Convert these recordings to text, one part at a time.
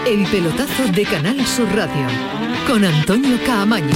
El pelotazo de Canal Sur Radio con Antonio Caamaño.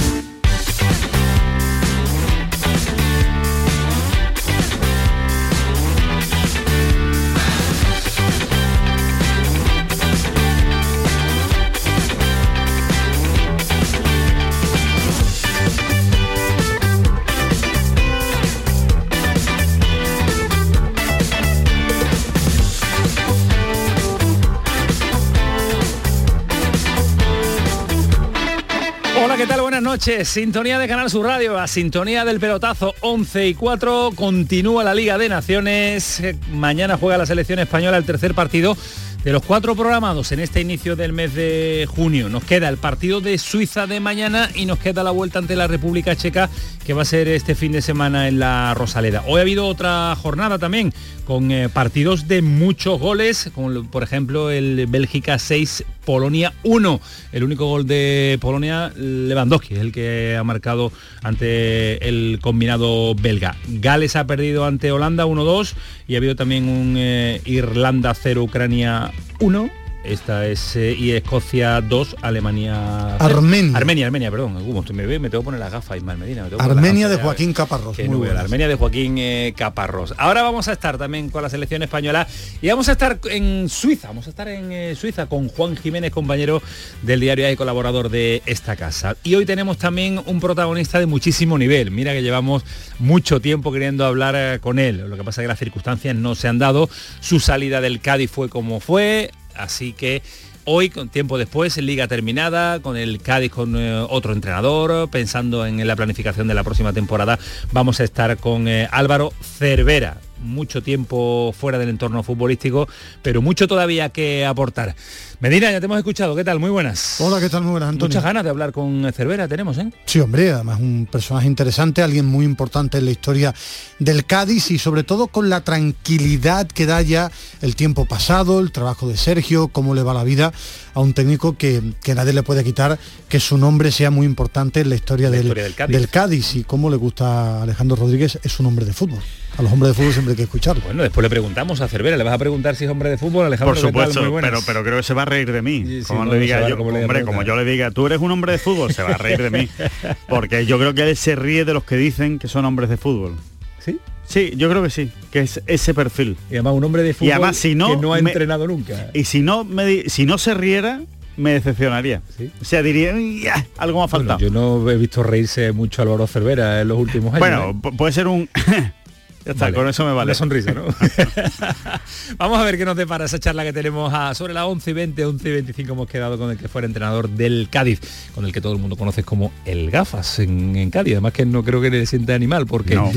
¿Qué tal? Buenas noches. Sintonía de Canal Sur Radio, a sintonía del pelotazo 11:04. Continúa la Liga de Naciones. Mañana juega la selección española el tercer partido de los 4 programados en este inicio del mes de junio. Nos queda el partido de Suiza de mañana y nos queda la vuelta ante la República Checa, que va a ser este fin de semana en la Rosaleda. Hoy ha habido otra jornada también con partidos de muchos goles, como por ejemplo el Bélgica 6, Polonia 1. El único gol de Polonia, Lewandowski, es el que ha marcado ante el combinado belga. Gales ha perdido ante Holanda 1-2 y ha habido también un Irlanda 0, Ucrania 1. Esta es y Escocia 2, Alemania 0. Armenia, perdón. Me tengo que poner las gafas, Ismael Medina. Armenia de Joaquín Caparrós. Muy bueno, Armenia de Joaquín Caparrós. Ahora vamos a estar también con la selección española y vamos a estar en Suiza. Vamos a estar en Suiza con Juan Jiménez, compañero del diario y colaborador de esta casa. Y hoy tenemos también un protagonista de muchísimo nivel. Mira que llevamos mucho tiempo queriendo hablar con él. Lo que pasa es que las circunstancias no se han dado. Su salida del Cádiz fue como fue. Así que hoy, con tiempo después, en liga terminada, con el Cádiz con otro entrenador, pensando en la planificación de la próxima temporada, vamos a estar con Álvaro Cervera. Mucho tiempo fuera del entorno futbolístico, pero mucho todavía que aportar. Medina, ya te hemos escuchado, ¿qué tal? Muy buenas. Hola, ¿qué tal? Muy buenas, Antonio. Muchas ganas de hablar con Cervera tenemos, ¿eh? Sí, hombre, además un personaje interesante, alguien muy importante en la historia del Cádiz y sobre todo con la tranquilidad que da ya el tiempo pasado, el trabajo de Sergio, cómo le va la vida a un técnico que nadie le puede quitar que su nombre sea muy importante en la historia del Cádiz y cómo le gusta a Alejandro Rodríguez, es un hombre de fútbol. A los hombres de fútbol siempre hay que escucharlo. Bueno, después le preguntamos a Cervera, le vas a preguntar si es hombre de fútbol, Alejandro. Por supuesto, pero creo que se va a reír de mí. Sí, como le diga yo, como yo le diga, tú eres un hombre de fútbol, se va a reír de mí. Porque yo creo que él se ríe de los que dicen que son hombres de fútbol. ¿Sí? Sí, yo creo que sí, que es ese perfil. Y además un hombre de fútbol, y además, si no, que no ha entrenado nunca. Y si no se riera, me decepcionaría. ¿Sí? O sea, diría, algo me ha faltado. Bueno, yo no he visto reírse mucho a Álvaro Cervera en los últimos años. Bueno, puede ser un... Ya está, vale, con eso me vale. Una sonrisa, ¿no? Vamos a ver qué nos depara esa charla que tenemos sobre las 11:20, 11:25 hemos quedado con el que fuera entrenador del Cádiz, con el que todo el mundo conoce como el Gafas en Cádiz. Además que no creo que le sienta animal, porque no le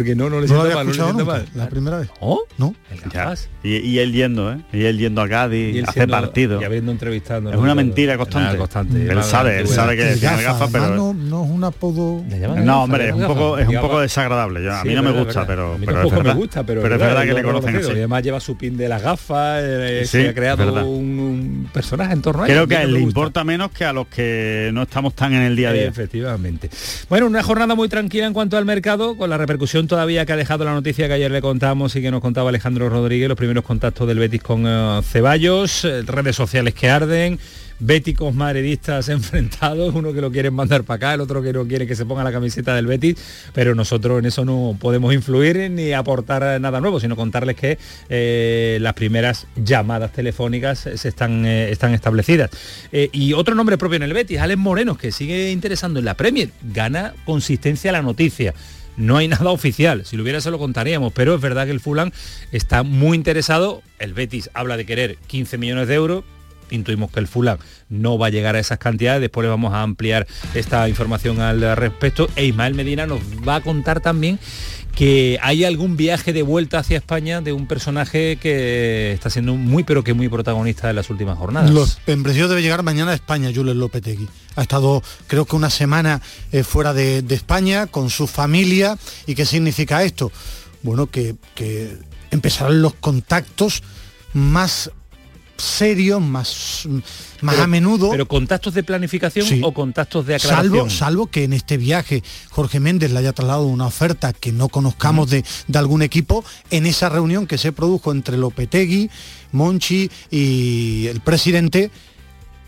sienta mal. La primera vez. ¿Oh? No. El Gafas. Y él yendo, Y él yendo a Cádiz, hace partido. Y habiendo entrevistado. Es una mentira constante. Él sabe que es el Gafas, pero... No es un apodo... No, hombre, es un poco desagradable. A mí no me gusta, pero me gusta, pero es verdad que le conocen así. Además lleva su pin de las gafas, se ha creado un personaje en torno a él. Creo que a él le importa menos que a los que no estamos tan en el día a día. Efectivamente. Bueno, una jornada muy tranquila en cuanto al mercado, con la repercusión todavía que ha dejado la noticia que ayer le contamos y que nos contaba Alejandro Rodríguez, los primeros contactos del Betis con Ceballos, redes sociales que arden, béticos madridistas enfrentados, uno que lo quieren mandar para acá, el otro que no quiere que se ponga la camiseta del Betis, pero nosotros en eso no podemos influir ni aportar nada nuevo, sino contarles que las primeras llamadas telefónicas están establecidas. Y otro nombre propio en el Betis, Alex Moreno, que sigue interesando en la Premier, gana consistencia la noticia. No hay nada oficial, si lo hubiera se lo contaríamos, pero es verdad que el Fulham está muy interesado, el Betis habla de querer 15 millones de euros, intuimos que el Fulham no va a llegar a esas cantidades, después le vamos a ampliar esta información al respecto, e Ismael Medina nos va a contar también que hay algún viaje de vuelta hacia España de un personaje que está siendo muy pero que muy protagonista en las últimas jornadas. En principio debe llegar mañana a España Julen Lopetegui. Ha estado creo que una semana fuera de España con su familia. ¿Y qué significa esto? Bueno, que empezarán los contactos más serios, más a menudo. ¿Pero contactos de planificación sí, o contactos de aclaración? Salvo que en este viaje Jorge Méndez le haya trasladado una oferta que no conozcamos de algún equipo, en esa reunión que se produjo entre Lopetegui, Monchi y el presidente,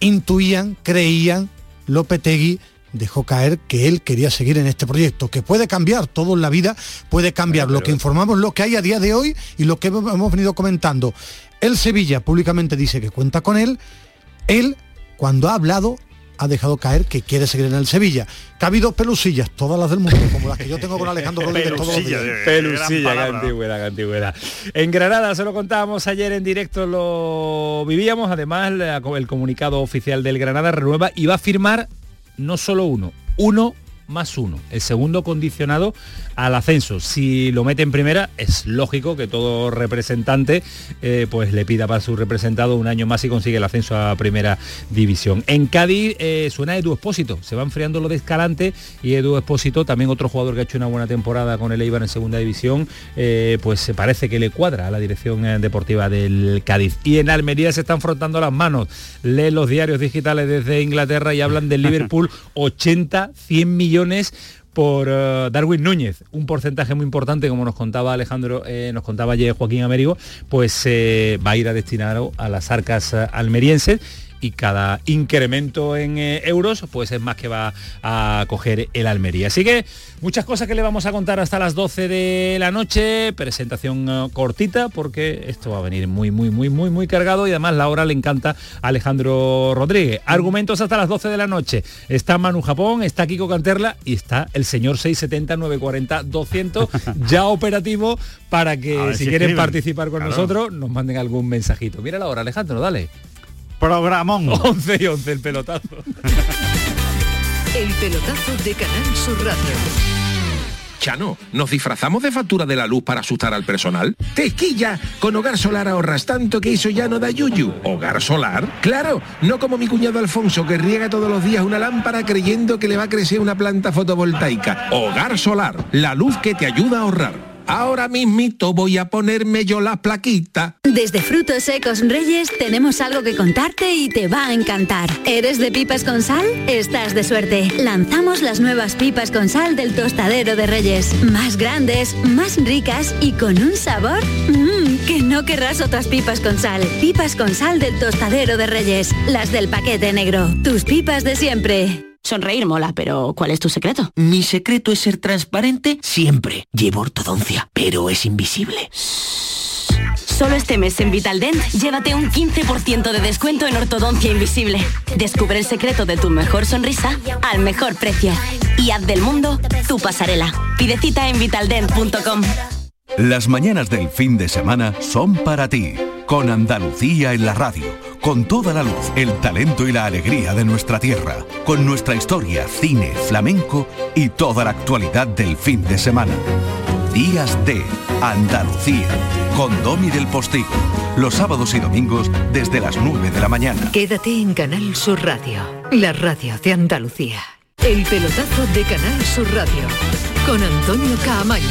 intuían, creían, Lopetegui dejó caer que él quería seguir en este proyecto, que puede cambiar, todo en la vida puede cambiar. Lo que informamos, lo que hay a día de hoy y lo que hemos venido comentando. El Sevilla públicamente dice que cuenta con él. Él, cuando ha hablado, ha dejado caer que quiere seguir en el Sevilla. Que ha habido pelusillas, todas las del mundo, como las que yo tengo con Alejandro Rodríguez todos los días. Pelusilla, qué antigüedad. En Granada, se lo contábamos ayer en directo, lo vivíamos. Además, el comunicado oficial del Granada renueva y va a firmar no solo uno más uno, el segundo condicionado al ascenso. Si lo mete en primera, es lógico que todo representante pues le pida para su representado un año más y consigue el ascenso a primera división. En Cádiz suena Edu Expósito, se va enfriando lo de Escalante, y Edu Expósito, también otro jugador que ha hecho una buena temporada con el Eibar en segunda división, pues se parece que le cuadra a la dirección deportiva del Cádiz. Y en Almería se están frotando las manos. Leen los diarios digitales desde Inglaterra y hablan del Liverpool 100 millones por Darwin Núñez, un porcentaje muy importante, como nos contaba Alejandro, nos contaba ayer Joaquín Américo, pues va a ir a destinar a las arcas almerienses, y cada incremento en euros pues es más que va a coger el Almería. Así que muchas cosas que le vamos a contar hasta las 12 de la noche, presentación cortita porque esto va a venir muy cargado, y además la hora le encanta a Alejandro Rodríguez. Argumentos hasta las 12 de la noche. Está Manu Japón, está Kiko Canterla y está el señor 670-940-200 ya operativo para que si quieren participar con nosotros nos manden algún mensajito. Mira la hora, Alejandro, dale. Programón. 11:11 el pelotazo. El pelotazo de Canal Sur Radio. Chano, ¿nos disfrazamos de factura de la luz para asustar al personal? ¡Tequilla! Con Hogar Solar ahorras tanto que eso ya no da yuyu. ¿Hogar Solar? ¡Claro! No como mi cuñado Alfonso, que riega todos los días una lámpara creyendo que le va a crecer una planta fotovoltaica. Hogar Solar, la luz que te ayuda a ahorrar. Ahora mismito voy a ponerme yo la plaquita. Desde Frutos Secos Reyes tenemos algo que contarte y te va a encantar. ¿Eres de pipas con sal? Estás de suerte. Lanzamos las nuevas pipas con sal del Tostadero de Reyes. Más grandes, más ricas y con un sabor que no querrás otras pipas con sal. Pipas con sal del Tostadero de Reyes. Las del paquete negro. Tus pipas de siempre. Sonreír mola, pero ¿cuál es tu secreto? Mi secreto es ser transparente siempre. Llevo ortodoncia, pero es invisible. Solo este mes en Vitaldent, llévate un 15% de descuento en ortodoncia invisible. Descubre el secreto de tu mejor sonrisa al mejor precio. Y haz del mundo tu pasarela. Pide cita en vitaldent.com. Las mañanas del fin de semana son para ti, con Andalucía en la radio, con toda la luz, el talento y la alegría de nuestra tierra, con nuestra historia, cine, flamenco y toda la actualidad del fin de semana. Días de Andalucía, con Domi del Postigo, los sábados y domingos desde las 9 de la mañana. Quédate en Canal Sur Radio, la radio de Andalucía. El pelotazo de Canal Sur Radio, con Antonio Caamaño.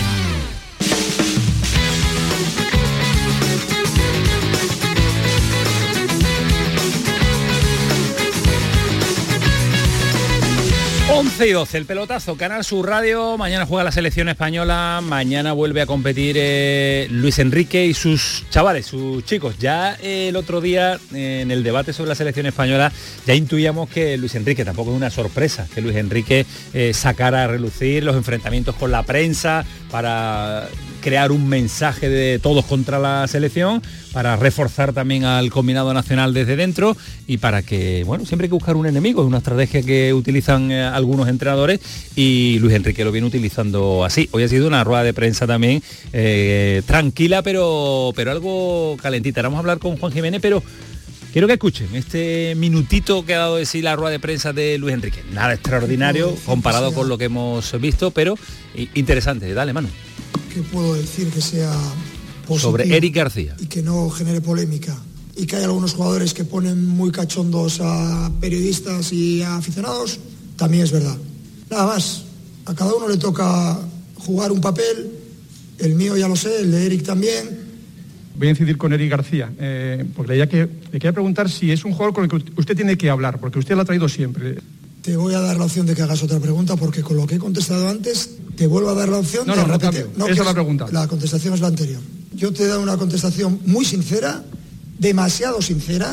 Once y 12, el pelotazo, Canal Sur Radio. Mañana juega la selección española, mañana vuelve a competir Luis Enrique y sus chavales, sus chicos. Ya el otro día, en el debate sobre la selección española, ya intuíamos que Luis Enrique, tampoco es una sorpresa, que Luis Enrique sacara a relucir los enfrentamientos con la prensa para crear un mensaje de todos contra la selección, para reforzar también al combinado nacional desde dentro y para que, bueno, siempre hay que buscar un enemigo, es una estrategia que utilizan algunos entrenadores y Luis Enrique lo viene utilizando así. Hoy ha sido una rueda de prensa también tranquila, pero algo calentita. Ahora vamos a hablar con Juan Jiménez, pero quiero que escuchen este minutito que ha dado de sí la rueda de prensa de Luis Enrique. Nada extraordinario comparado con lo que hemos visto, pero interesante. Dale, Manu. ¿Qué puedo decir que sea positivo? Sobre Eric García. Y que no genere polémica. Y que hay algunos jugadores que ponen muy cachondos a periodistas y a aficionados, también es verdad. Nada más, a cada uno le toca jugar un papel, el mío ya lo sé, el de Eric también. Voy a incidir con Eric García, porque le quería preguntar si es un jugador con el que usted tiene que hablar, porque usted lo ha traído siempre. Te voy a dar la opción de que hagas otra pregunta, porque con lo que he contestado antes, te vuelvo a dar la opción de repetir. No, esa es la pregunta. La contestación es la anterior. Yo te he dado una contestación muy sincera, demasiado sincera,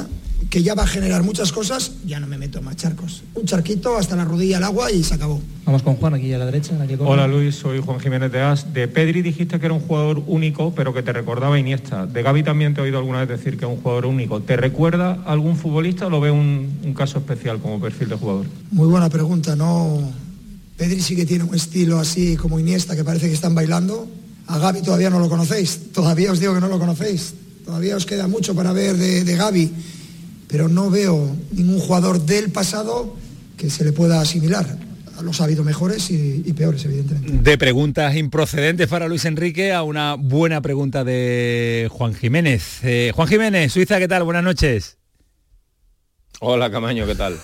que ya va a generar muchas cosas, ya no me meto en más charcos. Un charquito hasta la rodilla al agua y se acabó. Vamos con Juan aquí a la derecha. Hola Luis, soy Juan Jiménez de AS. De Pedri dijiste que era un jugador único, pero que te recordaba a Iniesta. De Gavi también te he oído alguna vez decir que es un jugador único. ¿Te recuerda a algún futbolista o lo ve un caso especial como perfil de jugador? Muy buena pregunta, ¿no? Pedri sí que tiene un estilo así como Iniesta, que parece que están bailando. A Gavi todavía no lo conocéis, todavía os digo que no lo conocéis. Todavía os queda mucho para ver de Gavi, pero no veo ningún jugador del pasado que se le pueda asimilar. Los ha habido mejores y peores, evidentemente. De preguntas improcedentes para Luis Enrique a una buena pregunta de Juan Jiménez. Juan Jiménez, Suiza, ¿qué tal? Buenas noches. Hola Camaño, ¿qué tal?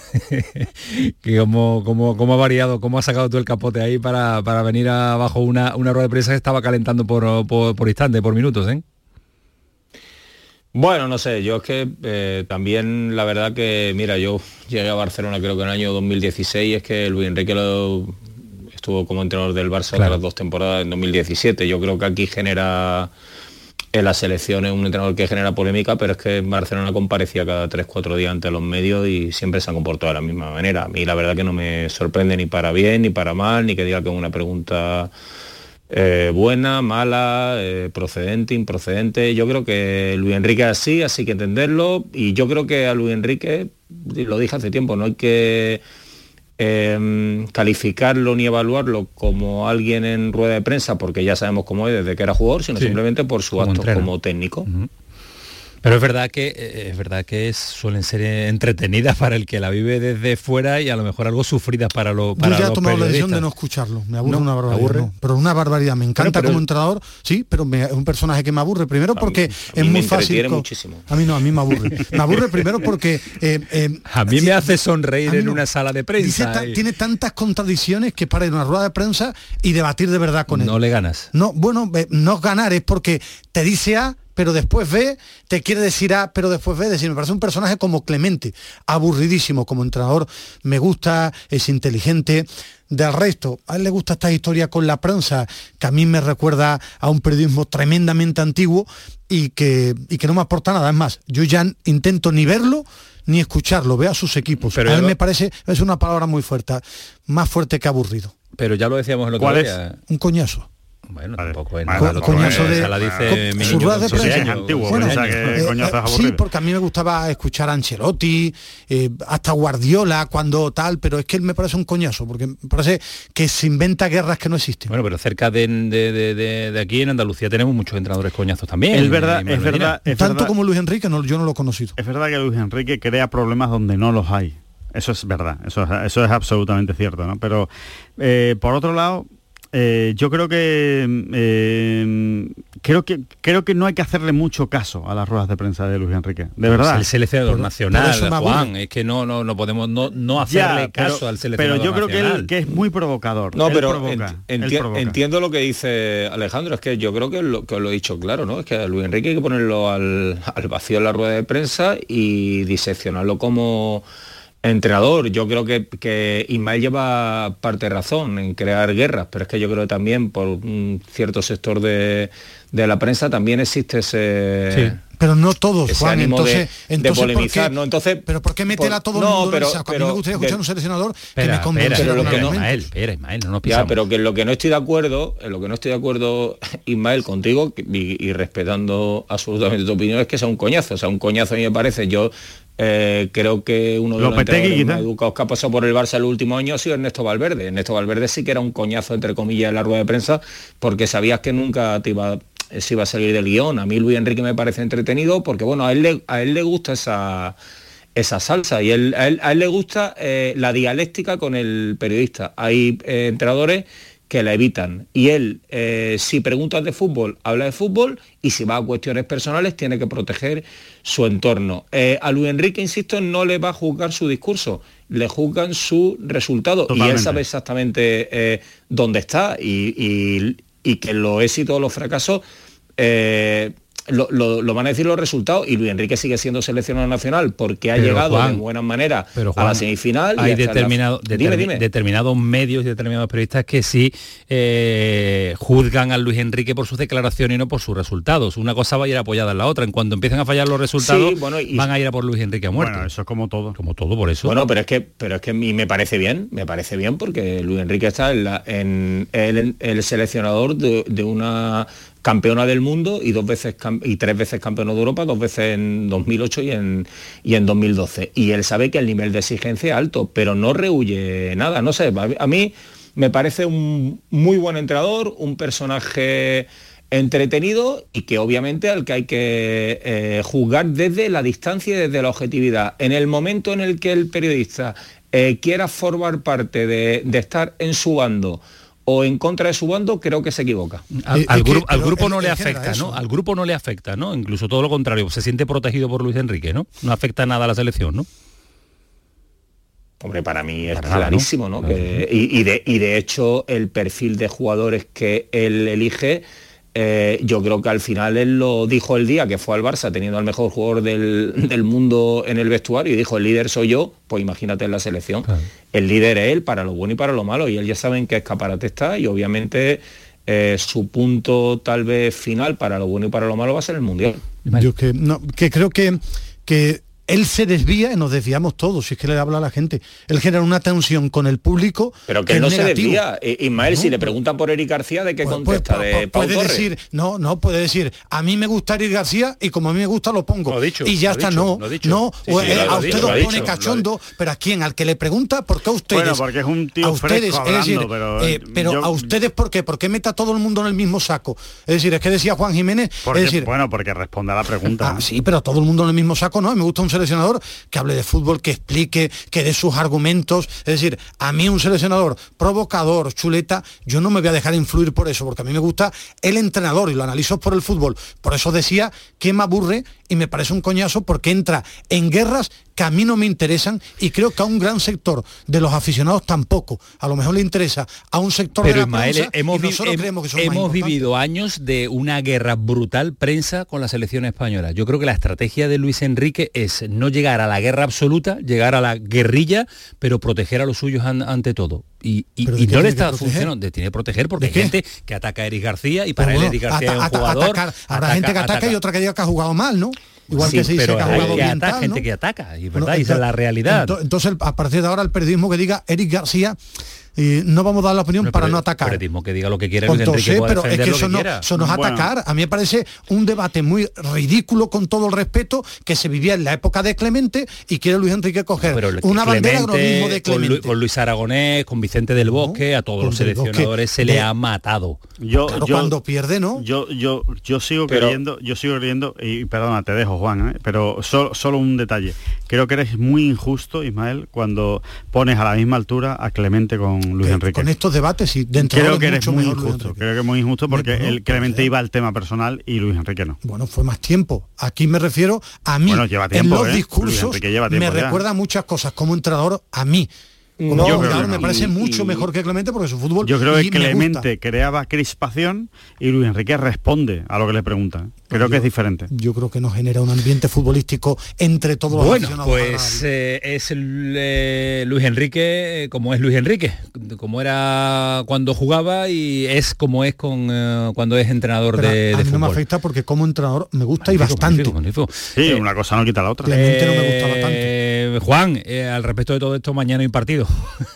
¿Cómo ha variado, cómo has sacado tú el capote ahí para venir abajo una rueda de prensa que estaba calentando por instantes, por minutos, ¿eh? Bueno, no sé, yo es que también la verdad que, mira, yo llegué a Barcelona creo que en el año 2016, es que Luis Enrique estuvo como entrenador del Barça otras 2 temporadas en 2017. Yo creo que aquí genera en las selecciones un entrenador que genera polémica, pero es que en Barcelona comparecía cada 3-4 días ante los medios y siempre se ha comportado de la misma manera. A mí la verdad que no me sorprende ni para bien, ni para mal, ni que diga que es una pregunta buena, mala, procedente, improcedente. Yo creo que Luis Enrique es así que entenderlo, y yo creo que a Luis Enrique, lo dije hace tiempo, no hay que calificarlo ni evaluarlo como alguien en rueda de prensa, porque ya sabemos cómo es desde que era jugador, sino simplemente por su acto como técnico. Uh-huh. Pero es verdad que suelen ser entretenidas para el que la vive desde fuera y a lo mejor algo sufridas para los periodistas. Yo ya he tomado la decisión de no escucharlo. Me aburre una barbaridad. No, pero una barbaridad. Me encanta como entrenador, sí, pero es un personaje que me aburre. Primero porque es muy fácil. Muchísimo. A mí me aburre. Me aburre primero porque... a mí me hace sonreír en una sala de prensa. Tiene tantas contradicciones que para ir a una rueda de prensa y debatir de verdad con él. No le ganas. No, bueno, no ganar es porque te dice A, pero después ve, te quiere decir A, pero después ve, decir, me parece un personaje como Clemente, aburridísimo como entrenador, me gusta, es inteligente. Del resto, a él le gusta esta historia con la prensa, que a mí me recuerda a un periodismo tremendamente antiguo y que no me aporta nada. Es más, yo ya intento ni verlo ni escucharlo, veo a sus equipos. Pero a él me parece, es una palabra muy fuerte, más fuerte que aburrido. Pero ya lo decíamos el otro día. Un coñazo. Bueno, tampoco es coñazo de la dice mi niño ruedas de prensa antiguo, bueno, sí, porque a mí me gustaba escuchar a Ancelotti, hasta Guardiola cuando tal, pero es que él me parece un coñazo, porque me parece que se inventa guerras que no existen. Bueno, pero cerca de aquí en Andalucía tenemos muchos entrenadores coñazos también. Es verdad. Tanto como Luis Enrique, yo no lo he conocido. Es verdad que Luis Enrique crea problemas donde no los hay. Eso es verdad, eso es absolutamente cierto, ¿no? Pero por otro lado, yo creo que no hay que hacerle mucho caso a las ruedas de prensa de Luis Enrique, de verdad. El seleccionador nacional, Juan, es que no podemos no hacerle caso al seleccionador nacional. Pero yo creo que es muy provocador. No, pero entiendo lo que dice Alejandro, es que yo creo que lo he dicho claro, ¿no? Es que a Luis Enrique hay que ponerlo al vacío en la rueda de prensa y diseccionarlo como entrenador. Yo creo que Ismael lleva parte de razón en crear guerras, pero es que yo creo que también por un cierto sector de la prensa también existe ese... Sí. Pero no todos, Juan, entonces de polemizar, ¿por ¿no? Entonces, pero ¿por qué meter a todo el mundo en el saco? A mí me gustaría escuchar a un seleccionador que me convenciera. Ismael, no nos pisamos. Ya, pero que en lo que no estoy de acuerdo, Ismael, contigo, y respetando absolutamente tu opinión, es que sea un coñazo. O sea, un coñazo a mí me parece. Yo creo que uno de los entrenadores más educados que ha pasado por el Barça el último año ha sido Ernesto Valverde. Ernesto Valverde sí que era un coñazo, entre comillas, en la rueda de prensa, porque sabías que nunca se iba a salir del guión. A mí Luis Enrique me parece entretenido porque, bueno, a él le gusta esa salsa y a él le gusta la dialéctica con el periodista. Hay entrenadores que la evitan y él, si preguntas de fútbol, habla de fútbol, y si va a cuestiones personales tiene que proteger su entorno. A Luis Enrique, insisto, no le va a juzgar su discurso, le juzgan su resultado. Totalmente. Y él sabe exactamente dónde está y que los éxitos o los fracasos lo van a decir los resultados, y Luis Enrique sigue siendo seleccionador nacional porque ha llegado de buena manera a la semifinal. Hay determinados medios y determinados periodistas que sí juzgan a Luis Enrique por sus declaraciones y no por sus resultados. Una cosa va a ir apoyada en la otra. En cuanto empiecen a fallar los resultados, van a ir a por Luis Enrique a muerte. Bueno, eso es como todo. Como todo, por eso. Bueno, pero es que a mí me parece bien porque Luis Enrique está en el seleccionador de una campeona del mundo y 3 veces campeona de Europa, 2 veces en 2008 y en 2012. Y él sabe que el nivel de exigencia es alto, pero no rehúye nada. No sé, a mí me parece un muy buen entrenador, un personaje entretenido y que obviamente al que hay que juzgar desde la distancia y desde la objetividad. En el momento en el que el periodista quiera formar parte de estar en su bando o en contra de su bando, creo que se equivoca. Al grupo no le afecta, ¿no? Al grupo no le afecta, ¿no? Incluso todo lo contrario, se siente protegido por Luis Enrique, ¿no? No afecta nada a la selección, ¿no? Hombre, para mí es clarísimo, ¿no? Y de hecho, el perfil de jugadores que él elige, yo creo que al final él lo dijo el día que fue al Barça teniendo al mejor jugador del mundo en el vestuario y dijo, el líder soy yo, pues imagínate en la selección. Claro. El líder es él para lo bueno y para lo malo, y él ya sabe en qué escaparate está, y obviamente su punto tal vez final para lo bueno y para lo malo va a ser el Mundial. Yo que creo que él se desvía y nos desviamos todos, si es que le habla a la gente. Él genera una tensión con el público. Pero que él no se desvía. Ismael, si le preguntan por Eric García, ¿de qué contesta? ¿De Pau puede Torres? Decir, puede decir, a mí me gusta Eric García y como a mí me gusta lo pongo. Y ya está, a usted lo pone cachondo, pero ¿a quién? Al que le pregunta, ¿por qué a ustedes? Bueno, porque es un tío fresco hablando, pero a ustedes, ¿por qué? ¿Por qué mete a todo el mundo en el mismo saco? Es decir, es que decía Juan Jiménez... porque responde a la pregunta. Sí, pero todo el mundo en el mismo saco, ¿no? Me gusta un seleccionador que hable de fútbol, que explique, que dé sus argumentos. Es decir, a mí un seleccionador provocador, chuleta, yo no me voy a dejar influir por eso, porque a mí me gusta el entrenador y lo analizo por el fútbol. Por eso decía que me aburre y me parece un coñazo, porque entra en guerras que a mí no me interesan, y creo que a un gran sector de los aficionados tampoco. A lo mejor le interesa a un sector de la prensa, y nosotros creemos que son más hemos vivido años de una guerra brutal prensa con la selección española. Yo creo que la estrategia de Luis Enrique es no llegar a la guerra absoluta, llegar a la guerrilla, pero proteger a los suyos ante todo. Y no le está funcionando. Tiene que proteger porque hay gente que ataca a Eric García, y para él Eric García es un jugador. Habrá gente que ataca y otra que diga que ha jugado mal, ¿no? Igual sí, que se dice que ha jugado bien tal, gente que ataca, y verdad, esa es la realidad. Entonces, a partir de ahora, el periodismo que diga Eric García, no vamos a dar la opinión para no atacar. El periodismo que diga lo que quiera, Luis Enrique puede defender es que eso no es atacar. A mí me parece un debate muy ridículo, con todo el respeto, que se vivía en la época de Clemente, y quiere Luis Enrique coger una bandera de lo mismo de Clemente. Con Luis Aragonés, con Vicente del Bosque, a todos los seleccionadores se le ha matado. Cuando pierde, ¿no? Yo sigo creyendo, y perdona, te dejo, Juan, pero solo un detalle. Creo que eres muy injusto, Ismael, cuando pones a la misma altura a Clemente con Luis Enrique. Con estos debates, y dentro creo que eres muy injusto. Creo que es muy injusto porque el Clemente iba al tema personal y Luis Enrique no. Bueno, fue más tiempo. Aquí me refiero a mí. Bueno, lleva tiempo, en los discursos me recuerda muchas cosas como entrenador a mí. Me parece mucho mejor que Clemente, porque su fútbol. Yo creo que Clemente creaba crispación y Luis Enrique responde a lo que le preguntan. Creo que es diferente. Yo creo que nos genera un ambiente futbolístico entre todos los aficionados. Pues es Luis Enrique como es Luis Enrique, como era cuando jugaba, y es como es cuando es entrenador de fútbol. No me afecta, porque como entrenador me gusta bastante. Magnífico. Sí, una cosa no quita la otra. Clemente no me gustaba tanto. Juan, al respecto de todo esto, mañana hay partido.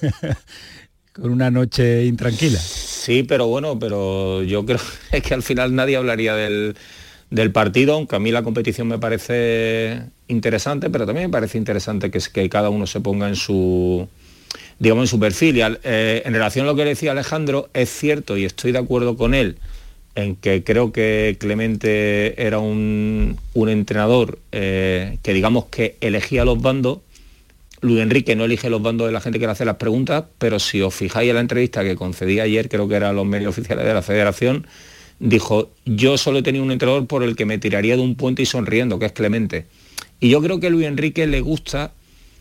Con una noche intranquila. Sí, pero yo creo que al final nadie hablaría del partido, aunque a mí la competición me parece interesante, pero también me parece interesante que cada uno se ponga en su perfil. Y en relación a lo que decía Alejandro, es cierto, y estoy de acuerdo con él, en que creo que Clemente era un entrenador que digamos que elegía los bandos. Luis Enrique no elige los bandos de la gente que le hace las preguntas, pero si os fijáis en la entrevista que concedí ayer, creo que eran los medios oficiales de la Federación, dijo, yo solo he tenido un entrenador por el que me tiraría de un puente y sonriendo, que es Clemente. Y yo creo que a Luis Enrique le gusta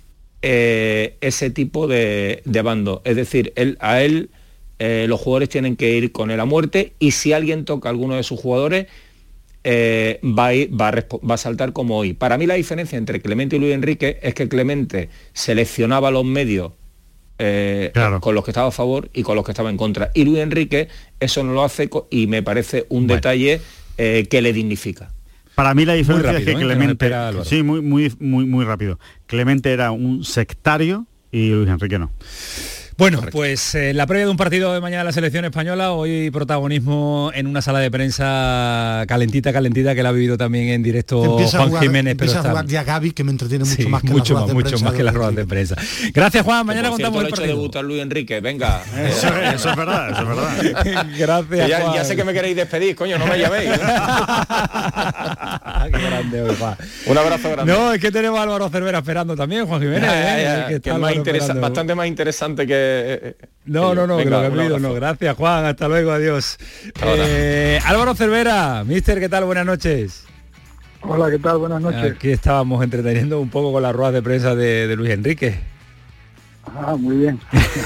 ese tipo de bando. Es decir, a él los jugadores tienen que ir con él a muerte, y si alguien toca a alguno de sus jugadores, va a saltar como hoy. Para mí la diferencia entre Clemente y Luis Enrique es que Clemente seleccionaba los medios con los que estaba a favor y con los que estaba en contra. Y Luis Enrique eso no lo hace y me parece un detalle que le dignifica. Para mí la diferencia es que Clemente... Sí, muy rápido. Clemente era un sectario y Luis Enrique no. Bueno, pues la previa de un partido de mañana de la selección española, hoy protagonismo en una sala de prensa calentita que la ha vivido también en directo Juan Jiménez. Empieza a jugar ya Gaby, que me entretiene mucho más que mucho más que las ruedas de prensa. Gracias, Juan, mañana contamos el partido. De debutar Luis Enrique, venga. Eso es verdad. Gracias, Juan. Ya sé que me queréis despedir, coño, no me llaméis. Qué grande hoy, Juan. Un abrazo grande. No, es que tenemos a Álvaro Cervera esperando también, Juan Jiménez. Que es bastante más interesante que... No, venga, que lo que ha pedido, no. Gracias, Juan, hasta luego, adiós. Álvaro Cervera, mister, ¿qué tal? Buenas noches. Hola, ¿qué tal? Buenas noches. Aquí estábamos entreteniendo un poco con las ruedas de prensa de Luis Enrique. Muy bien.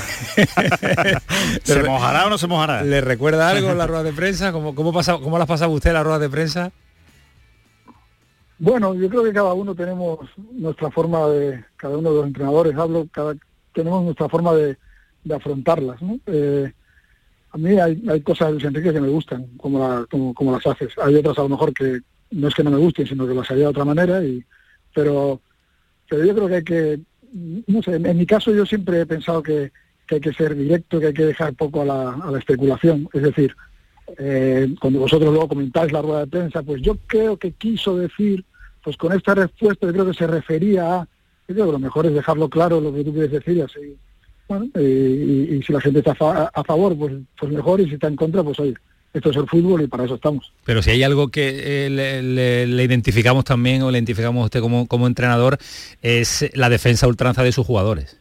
¿Se mojará o no se mojará? ¿Le recuerda algo las ruedas de prensa? ¿Cómo las pasaba usted las ruedas de prensa? Bueno, yo creo que cada uno tenemos nuestra forma cada uno de los entrenadores, tenemos nuestra forma de afrontarlas, ¿no? A mí hay cosas de Luis Enrique que me gustan, como las haces. Hay otras a lo mejor que no es que no me gusten, sino que las haría de otra manera. Pero yo creo que hay que, no sé, en mi caso yo siempre he pensado que hay que ser directo, que hay que dejar poco a la especulación. Es decir, cuando vosotros luego comentáis la rueda de prensa, pues yo creo que quiso decir, pues con esta respuesta yo creo que se refería a... Yo creo que lo mejor es dejarlo claro lo que tú quieres decir y así. Bueno, y si la gente está a favor, pues mejor, y si está en contra, pues oye, esto es el fútbol y para eso estamos. Pero si hay algo que le identificamos también, o le identificamos a usted como entrenador, es la defensa a ultranza de sus jugadores.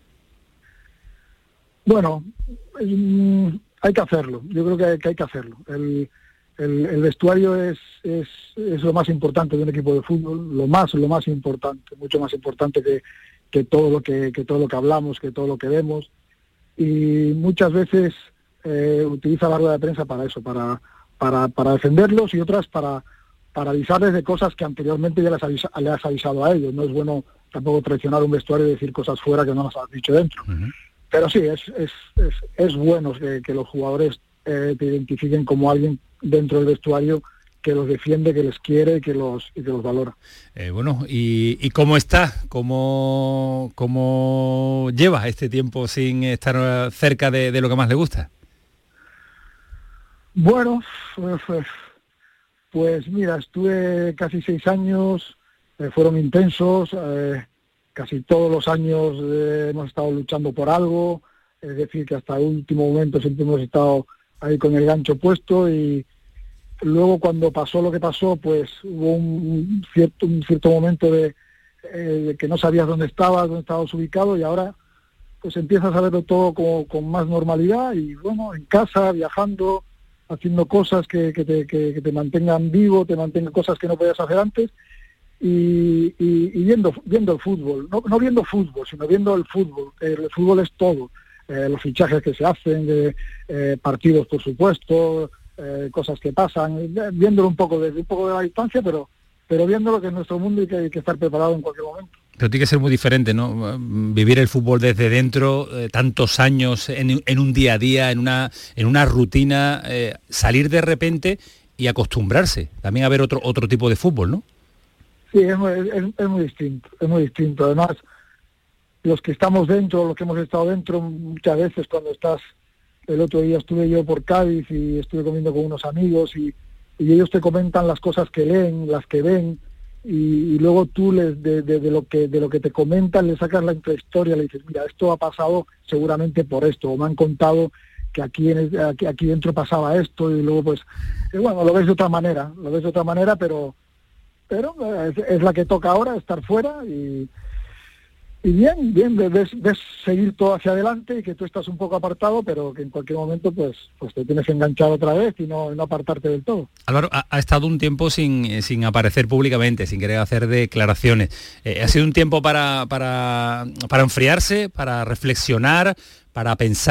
Bueno, hay que hacerlo, yo creo que hay que hacerlo. El vestuario es lo más importante de un equipo de fútbol, lo más importante, mucho más importante que todo lo que hablamos, que todo lo que vemos, y muchas veces utiliza la rueda de prensa para eso, para defenderlos, y otras para avisarles de cosas que anteriormente ya les has avisado a ellos. No es bueno tampoco traicionar un vestuario y decir cosas fuera que no las has dicho dentro. Uh-huh. Pero sí, es bueno que los jugadores te identifiquen como alguien dentro del vestuario que los defiende, que les quiere y que los valora. Bueno, ¿y cómo está? ¿Cómo lleva este tiempo sin estar cerca de lo que más le gusta? Bueno, pues mira, estuve casi 6 años, fueron intensos, casi todos los años hemos estado luchando por algo, es decir, que hasta el último momento siempre hemos estado ahí con el gancho puesto, y luego cuando pasó lo que pasó, pues hubo un cierto momento de que no sabías dónde estabas ubicado, y ahora pues empiezas a verlo todo con más normalidad, y bueno, en casa, viajando, haciendo cosas que te mantengan vivo, te mantengan cosas que no podías hacer antes, y viendo el fútbol, no viendo fútbol, sino viendo el fútbol. El fútbol es todo, los fichajes que se hacen, partidos por supuesto, cosas que pasan, viéndolo un poco de la distancia, pero viéndolo que es nuestro mundo y que hay que estar preparado en cualquier momento. Pero tiene que ser muy diferente, ¿no? Vivir el fútbol desde dentro, tantos años en un día a día, en una rutina, salir de repente y acostumbrarse también a ver otro tipo de fútbol, ¿no? Sí, es muy distinto. Además, los que estamos dentro, los que hemos estado dentro, muchas veces cuando estás... El otro día estuve yo por Cádiz y estuve comiendo con unos amigos y ellos te comentan las cosas que leen, las que ven, y luego tú de lo que te comentan le sacas la intrahistoria, le dices, mira, esto ha pasado seguramente por esto, o me han contado que aquí dentro pasaba esto, y luego pues bueno, lo ves de otra manera, pero es la que toca ahora, estar fuera, y bien, ves seguir todo hacia adelante, y que tú estás un poco apartado, pero que en cualquier momento pues te tienes enganchado otra vez y no apartarte del todo. Álvaro, ha estado un tiempo sin aparecer públicamente, sin querer hacer declaraciones. ¿Ha sido un tiempo para enfriarse, para reflexionar, para pensar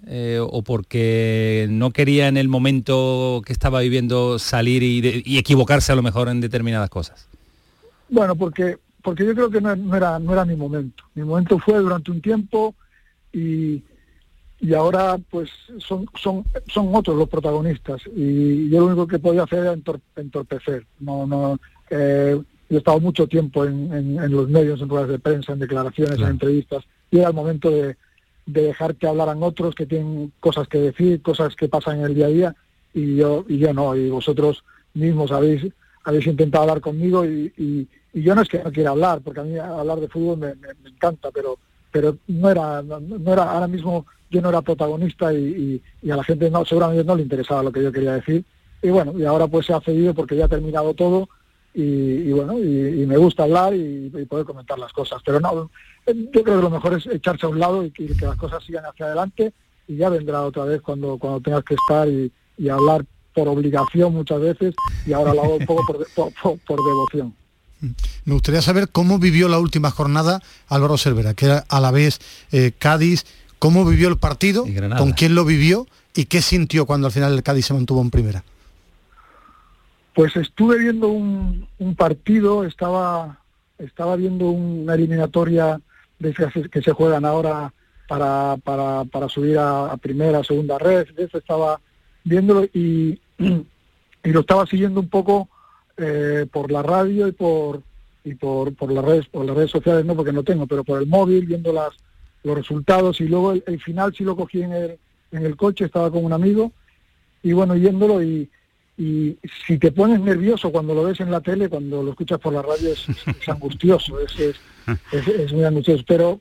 o porque no quería en el momento que estaba viviendo salir y equivocarse a lo mejor en determinadas cosas? Bueno, porque yo creo que no era mi momento. Mi momento fue durante un tiempo y ahora pues son otros los protagonistas y yo lo único que podía hacer era entorpecer. Yo he estado mucho tiempo en los medios, en ruedas de prensa, en declaraciones, claro, en entrevistas, y era el momento de dejar que hablaran otros que tienen cosas que decir, cosas que pasan en el día a día, y yo no, y vosotros mismos habéis intentado hablar conmigo y yo no es que no quiera hablar, porque a mí hablar de fútbol me encanta, pero no era ahora mismo, yo no era protagonista y a la gente seguramente no le interesaba lo que yo quería decir, y bueno, y ahora pues se ha cedido porque ya ha terminado todo y bueno, y me gusta hablar y poder comentar las cosas, pero no, yo creo que lo mejor es echarse a un lado y que las cosas sigan hacia adelante, y ya vendrá otra vez cuando tengas que estar y hablar por obligación muchas veces, y ahora lo hago un poco por devoción. Me gustaría saber cómo vivió la última jornada Álvaro Cervera, que era a la vez Cádiz, cómo vivió el partido, con quién lo vivió y qué sintió cuando al final el Cádiz se mantuvo en primera. Pues estuve viendo un partido, estaba viendo una eliminatoria de esas que se juegan ahora para subir a primera, segunda red, estaba viéndolo y lo estaba siguiendo un poco por la radio y por las redes sociales, no, porque no tengo, pero por el móvil, viendo los resultados, y luego el final sí lo cogí en el coche, estaba con un amigo, y bueno, yéndolo, y si te pones nervioso cuando lo ves en la tele, cuando lo escuchas por la radio es angustioso, es muy angustioso, pero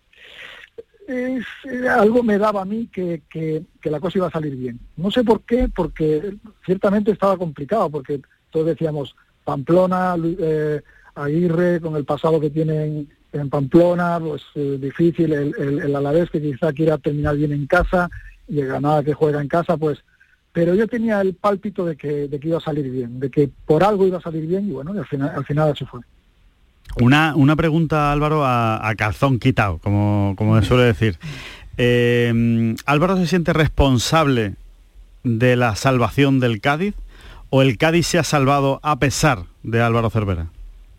algo me daba a mí que la cosa iba a salir bien. No sé por qué, porque ciertamente estaba complicado, porque todos decíamos Pamplona, Aguirre, con el pasado que tienen en Pamplona, pues difícil, el Alavés, que quizá quiera terminar bien en casa, y el Granada, que juega en casa, pues, pero yo tenía el pálpito de que iba a salir bien, de que por algo iba a salir bien, y bueno, y al final así fue. Una pregunta, Álvaro, a calzón quitado, como se suele decir. ¿Álvaro se siente responsable de la salvación del Cádiz, o el Cádiz se ha salvado a pesar de Álvaro Cervera?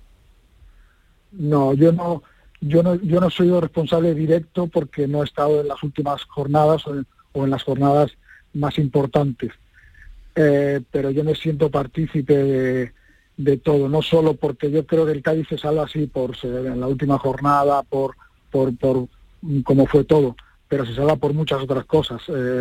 No, yo no soy responsable directo, porque no he estado en las últimas jornadas o en las jornadas más importantes, pero yo me siento partícipe de todo, no solo porque yo creo que el Cádiz se salva así por ser en la última jornada, por cómo fue todo, pero se salva por muchas otras cosas,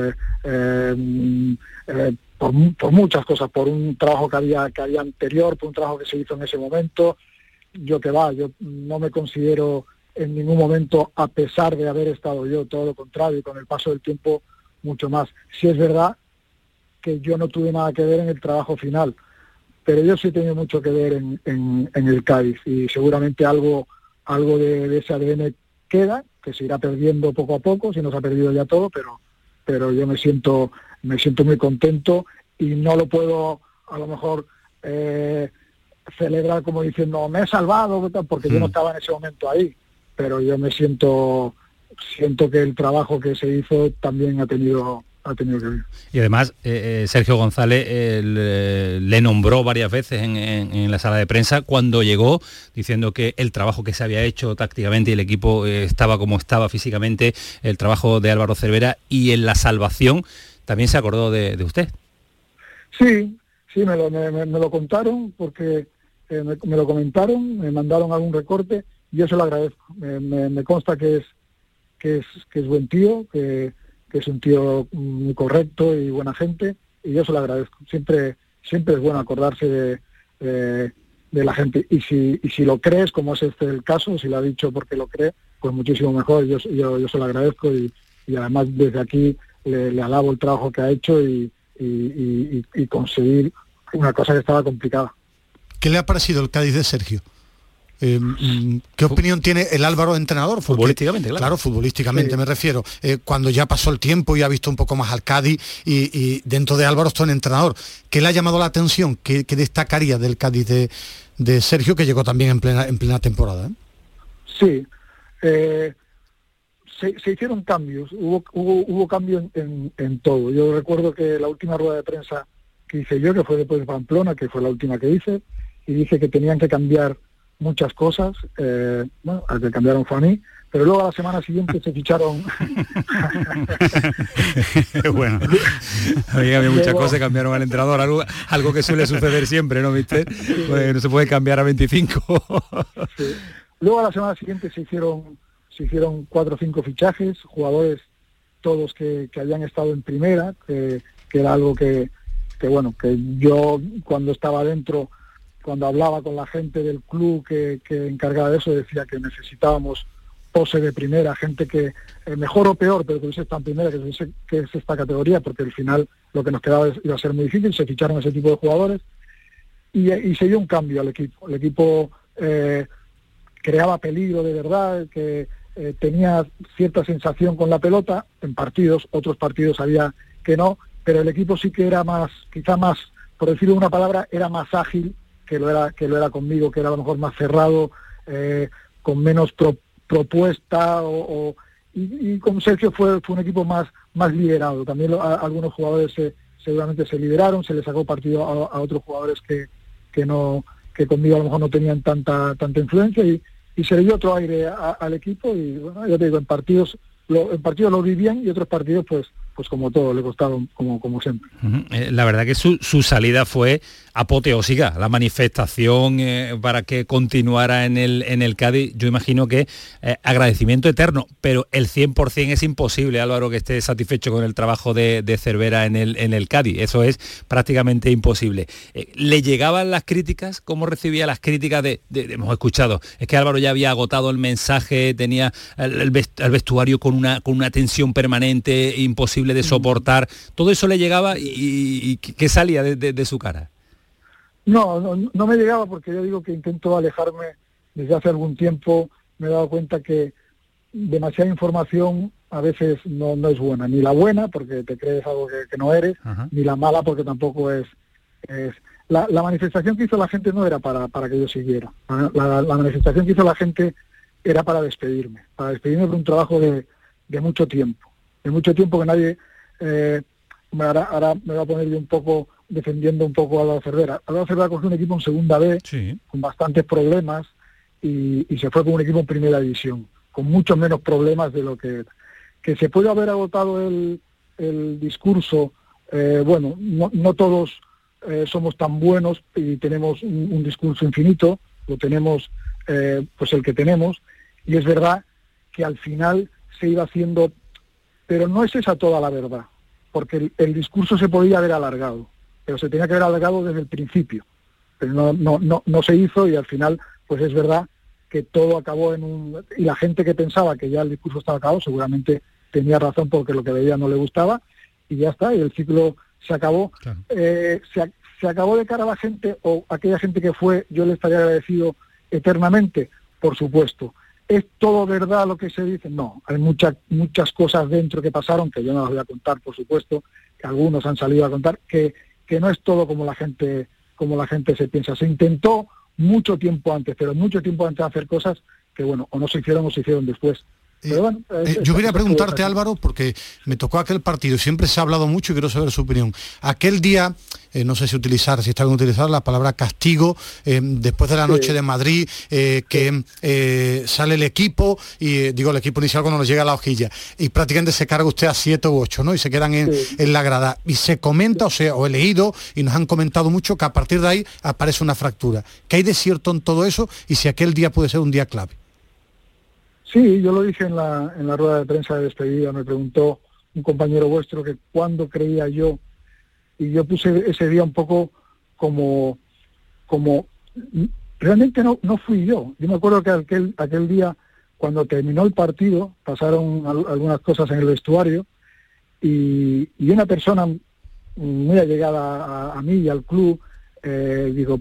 por muchas cosas, por un trabajo que había anterior, por un trabajo que se hizo en ese momento. Yo no me considero en ningún momento, a pesar de haber estado yo, todo lo contrario, y con el paso del tiempo mucho más. Sí es verdad que yo no tuve nada que ver en el trabajo final, pero yo sí he tenido mucho que ver en el Cádiz, y seguramente algo de ese ADN queda, que se irá perdiendo poco a poco, si no se ha perdido ya todo, pero yo me siento muy contento, y no lo puedo a lo mejor celebrar como diciendo me he salvado, porque yo no estaba en ese momento ahí, pero yo me siento que el trabajo que se hizo también ha tenido que ver. Y además Sergio González le nombró varias veces en la sala de prensa cuando llegó, diciendo que el trabajo que se había hecho tácticamente y el equipo estaba como estaba físicamente, el trabajo de Álvaro Cervera, y en la salvación también se acordó de usted. Sí, me lo contaron, porque me lo comentaron, me mandaron algún recorte, y yo se lo agradezco. Me consta que es buen tío, que es un tío muy correcto y buena gente, y yo se lo agradezco. Siempre es bueno acordarse de la gente, y si lo crees, como es el caso, si lo ha dicho porque lo cree, pues muchísimo mejor. Yo se lo agradezco, y además desde aquí le alabo el trabajo que ha hecho y conseguir una cosa que estaba complicada. ¿Qué le ha parecido el Cádiz de Sergio? ¿Qué opinión tiene el Álvaro entrenador? Porque, futbolísticamente, claro, futbolísticamente sí. Me refiero, cuando ya pasó el tiempo y ha visto un poco más al Cádiz, y dentro de Álvaro está un entrenador, ¿qué le ha llamado la atención? ¿Qué destacaría del Cádiz de Sergio, que llegó también en plena temporada? Sí, se hicieron cambios, hubo cambio en todo. Yo recuerdo que la última rueda de prensa que hice yo, que fue después de Pamplona, que fue la última que hice, y dije que tenían que cambiar muchas cosas, al que cambiaron fue a mí, pero luego a la semana siguiente se ficharon... Bueno, había muchas cosas, cambiaron al entrenador, algo que suele suceder siempre, ¿no, mister? Pues no se puede cambiar a 25. Sí. Luego a la semana siguiente se hicieron 4 o 5 fichajes, jugadores todos que habían estado en primera, que era algo que yo cuando estaba dentro, cuando hablaba con la gente del club que encargaba de eso, decía que necesitábamos pose de primera, gente que, mejor o peor, pero que hubiese estado en primera, que es esta categoría, porque al final lo que nos quedaba iba a ser muy difícil, se ficharon ese tipo de jugadores, y se dio un cambio al equipo. El equipo creaba peligro de verdad, que tenía cierta sensación con la pelota, en partidos, otros partidos había que no, pero el equipo sí que era más, quizá más, por decirlo una palabra, era más ágil que lo era conmigo, que era a lo mejor más cerrado, con menos propuesta, y con Sergio fue un equipo más liderado. También algunos jugadores seguramente se lideraron, se les sacó partido a otros jugadores que conmigo a lo mejor no tenían tanta influencia, y se le dio otro aire al equipo, y bueno, ya te digo, en partidos lo vi bien, y otros partidos pues como todo, le costaron como siempre. La verdad que su salida fue apoteósica, la manifestación para que continuara en el Cádiz. Yo imagino que agradecimiento eterno, pero el 100% es imposible, Álvaro, que esté satisfecho con el trabajo de Cervera en el Cádiz. Eso es prácticamente imposible. ¿Le llegaban las críticas? ¿Cómo recibía las críticas hemos escuchado? Es que Álvaro ya había agotado el mensaje, tenía el vestuario con una tensión permanente, imposible de soportar. ¿Todo eso le llegaba y qué salía de su cara? No me llegaba, porque yo digo que intento alejarme desde hace algún tiempo. Me he dado cuenta que demasiada información a veces no es buena, ni la buena porque te crees algo que no eres, ni la mala porque tampoco es... La manifestación que hizo la gente no era para que yo siguiera. La manifestación que hizo la gente era para despedirme por un trabajo de mucho tiempo que nadie... ahora me voy a poner yo un poco defendiendo un poco a Álvaro Cervera. Álvaro Cervera cogió un equipo en segunda B, sí, con bastantes problemas, y se fue con un equipo en primera división, con muchos menos problemas de lo que se puede haber agotado el discurso. No todos somos tan buenos y tenemos un discurso infinito, lo tenemos pues el que tenemos, y es verdad que al final se iba haciendo, pero no es esa toda la verdad, porque el discurso se podía haber alargado, pero se tenía que haber alargado desde el principio, pero no se hizo, y al final pues es verdad que todo acabó y la gente que pensaba que ya el discurso estaba acabado seguramente tenía razón, porque lo que veía no le gustaba, y ya está, y el ciclo se acabó. Claro. Se acabó de cara a la gente, o aquella gente que fue, yo le estaría agradecido eternamente, por supuesto. ¿Es todo verdad lo que se dice? No, hay muchas cosas dentro que pasaron, que yo no las voy a contar, por supuesto, que algunos han salido a contar, que no es todo como la gente se piensa. Se intentó mucho tiempo antes, pero mucho tiempo antes de hacer cosas que, bueno, o no se hicieron o se hicieron después. Pero bueno, yo quería preguntarte, Álvaro, porque me tocó aquel partido, siempre se ha hablado mucho y quiero saber su opinión. Aquel día, no sé si está bien utilizar la palabra castigo, después de la noche de Madrid, que sale el equipo, y digo el equipo inicial cuando nos llega a la hojilla, y prácticamente se carga usted a 7 u 8, ¿no? Y se quedan en la grada. Y se comenta, o he leído, y nos han comentado mucho, que a partir de ahí aparece una fractura. ¿Qué hay de cierto en todo eso? Y si aquel día puede ser un día clave. Sí, yo lo dije en la rueda de prensa de despedida. Me preguntó un compañero vuestro que cuándo creía yo, y yo puse ese día un poco como realmente no fui yo. Yo me acuerdo que aquel día, cuando terminó el partido, pasaron algunas cosas en el vestuario, y una persona muy allegada a mí y al club, digo,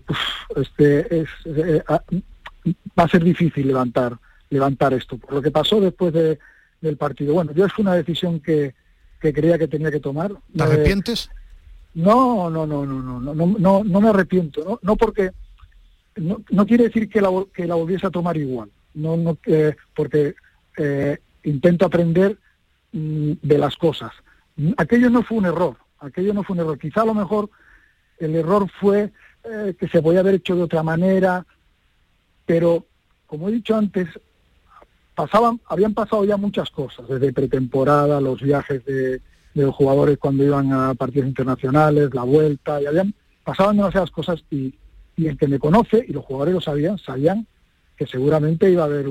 va a ser difícil levantar esto, por lo que pasó después del partido. Bueno, yo es una decisión que creía que tenía que tomar. ¿Te arrepientes? No me arrepiento, no porque no quiere decir que la volviese a tomar igual, porque intento aprender de las cosas. Aquello no fue un error, quizá a lo mejor el error fue que se podía haber hecho de otra manera, pero como he dicho antes, habían pasado ya muchas cosas, desde pretemporada, los viajes de los jugadores cuando iban a partidos internacionales, la vuelta, y pasaban demasiadas cosas, y el que me conoce, y los jugadores lo sabían que seguramente iba a haber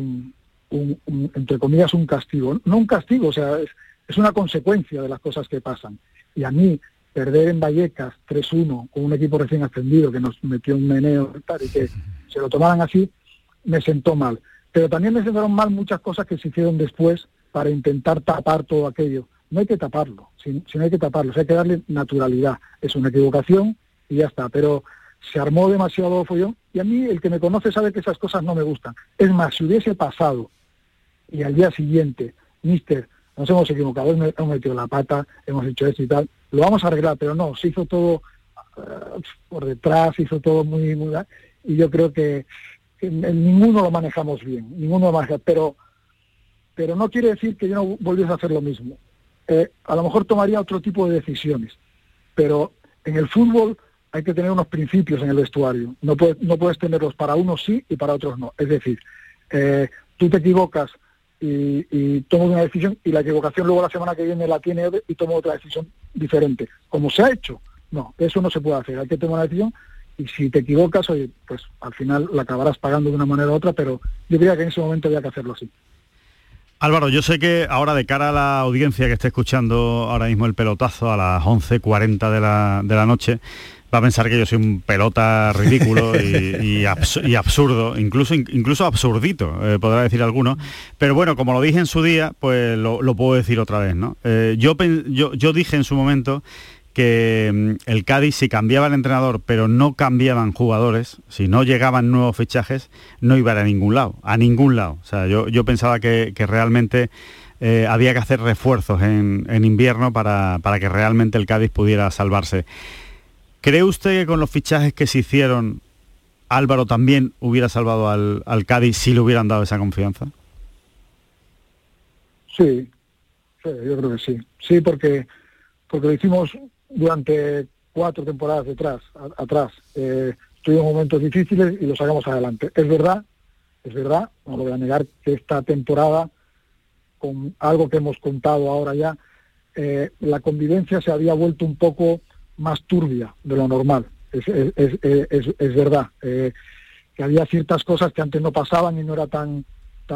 entre comillas, un castigo. No un castigo, o sea, es una consecuencia de las cosas que pasan. Y a mí, perder en Vallecas 3-1 con un equipo recién ascendido que nos metió un meneo y que se lo tomaran así, me sentó mal. Pero también me sentaron mal muchas cosas que se hicieron después para intentar tapar todo aquello. No hay que taparlo, no hay que taparlo, hay que darle naturalidad. Es una equivocación y ya está, pero se armó demasiado follón, y a mí, el que me conoce sabe que esas cosas no me gustan. Es más, si hubiese pasado y al día siguiente, mister, nos hemos equivocado, hemos metido la pata, hemos hecho esto y tal, lo vamos a arreglar, pero no, se hizo todo por detrás, se hizo todo muy, muy... Y yo creo que ninguno lo manejamos bien, pero no quiere decir que yo no volviese a hacer lo mismo. A lo mejor tomaría otro tipo de decisiones, pero en el fútbol hay que tener unos principios en el vestuario, no puedes tenerlos para unos sí y para otros no. Es decir, tú te equivocas y tomas una decisión, y la equivocación luego la semana que viene la tiene y toma otra decisión diferente, como se ha hecho. No, eso no se puede hacer, hay que tomar una decisión, y si te equivocas, oye, pues al final la acabarás pagando de una manera u otra, pero yo diría que en ese momento había que hacerlo así. Álvaro, yo sé que ahora, de cara a la audiencia que esté escuchando ahora mismo el pelotazo a las 11:40 de la noche, va a pensar que yo soy un pelota ridículo y absurdo, incluso absurdito, podrá decir alguno, pero bueno, como lo dije en su día, pues lo puedo decir otra vez, ¿no? Yo dije en su momento que el Cádiz, si cambiaba el entrenador pero no cambiaban jugadores, si no llegaban nuevos fichajes, no iba a ningún lado. O sea, yo pensaba que realmente había que hacer refuerzos en invierno para que realmente el Cádiz pudiera salvarse. ¿Cree usted que con los fichajes que se hicieron, Álvaro también hubiera salvado al Cádiz si le hubieran dado esa confianza? Sí, yo creo que sí. Sí, porque lo hicimos durante 4 temporadas atrás. Tuvimos momentos difíciles y los sacamos adelante. Es verdad, no lo voy a negar, que esta temporada, con algo que hemos contado ahora ya, la convivencia se había vuelto un poco más turbia de lo normal. Es verdad, que había ciertas cosas que antes no pasaban y no era tan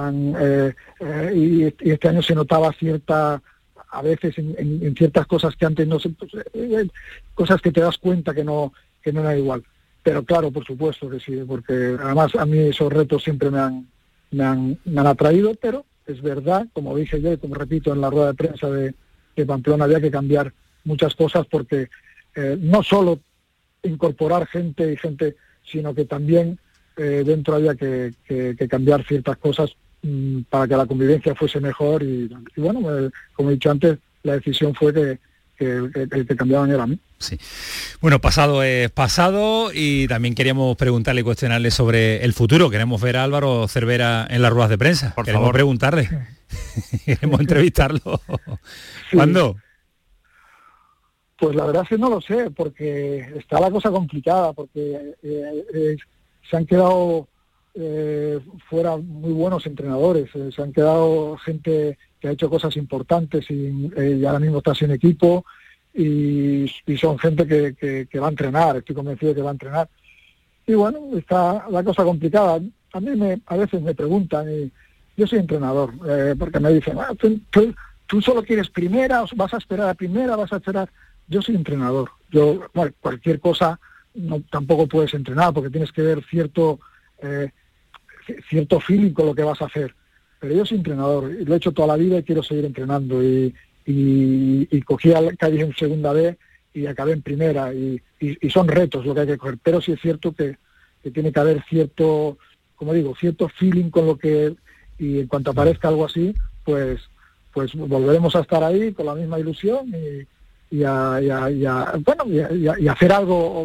y este año se notaba a veces en ciertas cosas que antes no se, cosas que te das cuenta que no era igual. Pero claro, por supuesto que sí, porque además a mí esos retos siempre me han atraído, pero es verdad, como dije yo y como repito en la rueda de prensa de Pamplona, había que cambiar muchas cosas, porque no solo incorporar gente, sino que también dentro había que cambiar ciertas cosas para que la convivencia fuese mejor, y bueno, como he dicho antes, la decisión fue que el que cambiaban era a mí. Sí. Bueno, pasado es pasado, y también queríamos preguntarle y cuestionarle sobre el futuro. Queremos ver a Álvaro Cervera en las ruedas de prensa. Queremos favor preguntarle. Queremos entrevistarlo. Sí. ¿Cuándo? Pues la verdad es que no lo sé, porque está la cosa complicada, porque se han quedado fuera muy buenos entrenadores, se han quedado gente que ha hecho cosas importantes y ahora mismo está sin equipo, y son gente que va a entrenar, estoy convencido que va a entrenar. Y bueno, está la cosa complicada. A mí a veces me preguntan, y yo soy entrenador, porque me dicen, tú solo quieres primera, vas a esperar a primera, vas a esperar... Yo soy entrenador. Cualquier cosa tampoco puedes entrenar, porque tienes que ver cierto feeling con lo que vas a hacer. Pero yo soy entrenador, y lo he hecho toda la vida y quiero seguir entrenando. Y cogí al Cádiz en segunda B y acabé en primera. Y son retos lo que hay que coger. Pero sí es cierto que tiene que haber cierto feeling con lo que... Y en cuanto aparezca algo así, pues volveremos a estar ahí con la misma ilusión y hacer algo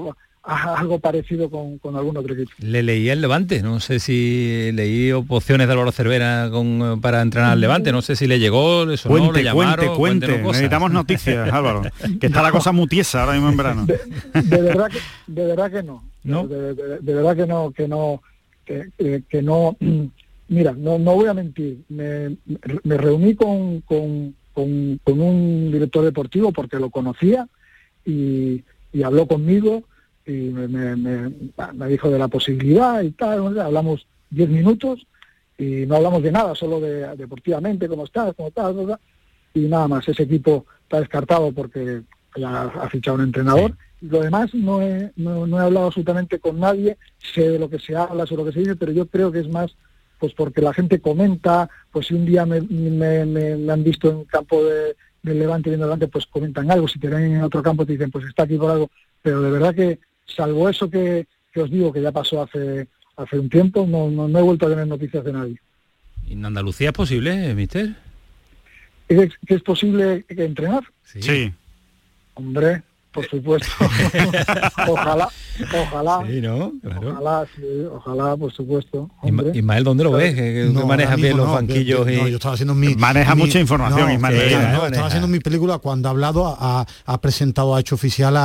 algo parecido con algún otro equipo. Le leí el Levante, no sé si leí opciones de Álvaro Cervera para entrenar al Levante, no sé si le llegó, le sonó, le llamaron. Cuente. Necesitamos noticias, Álvaro, que está la cosa muy tiesa ahora mismo en verano. De verdad que no. ¿No? De verdad que no. Mira, no voy a mentir. Me reuní con un director deportivo porque lo conocía y habló conmigo y me dijo de la posibilidad y tal. Hablamos 10 minutos y no hablamos de nada, solo de deportivamente, cómo estás, y nada más. Ese equipo está descartado porque ya ha fichado un entrenador. Sí. Lo demás no he hablado absolutamente con nadie, sé de lo que se habla, sé lo que se dice, pero yo creo que es más pues porque la gente comenta, pues si un día me han visto en campo del Levante viendo Levante, pues comentan algo, si te ven en otro campo te dicen pues está aquí por algo, pero de verdad que salvo eso que os digo que ya pasó hace un tiempo, no he vuelto a tener noticias de nadie. ¿En Andalucía es posible, mister? ¿Que es posible entrenar? Sí. Hombre, por supuesto. Ojalá. Sí, ¿no? Claro. Ojalá, por supuesto. Hombre. Ismael, ¿dónde lo ves? Que tú manejas bien los banquillos. Yo estaba haciendo Maneja mucha información, Ismael. Estaba haciendo mi película cuando ha hablado, ha presentado, ha hecho oficial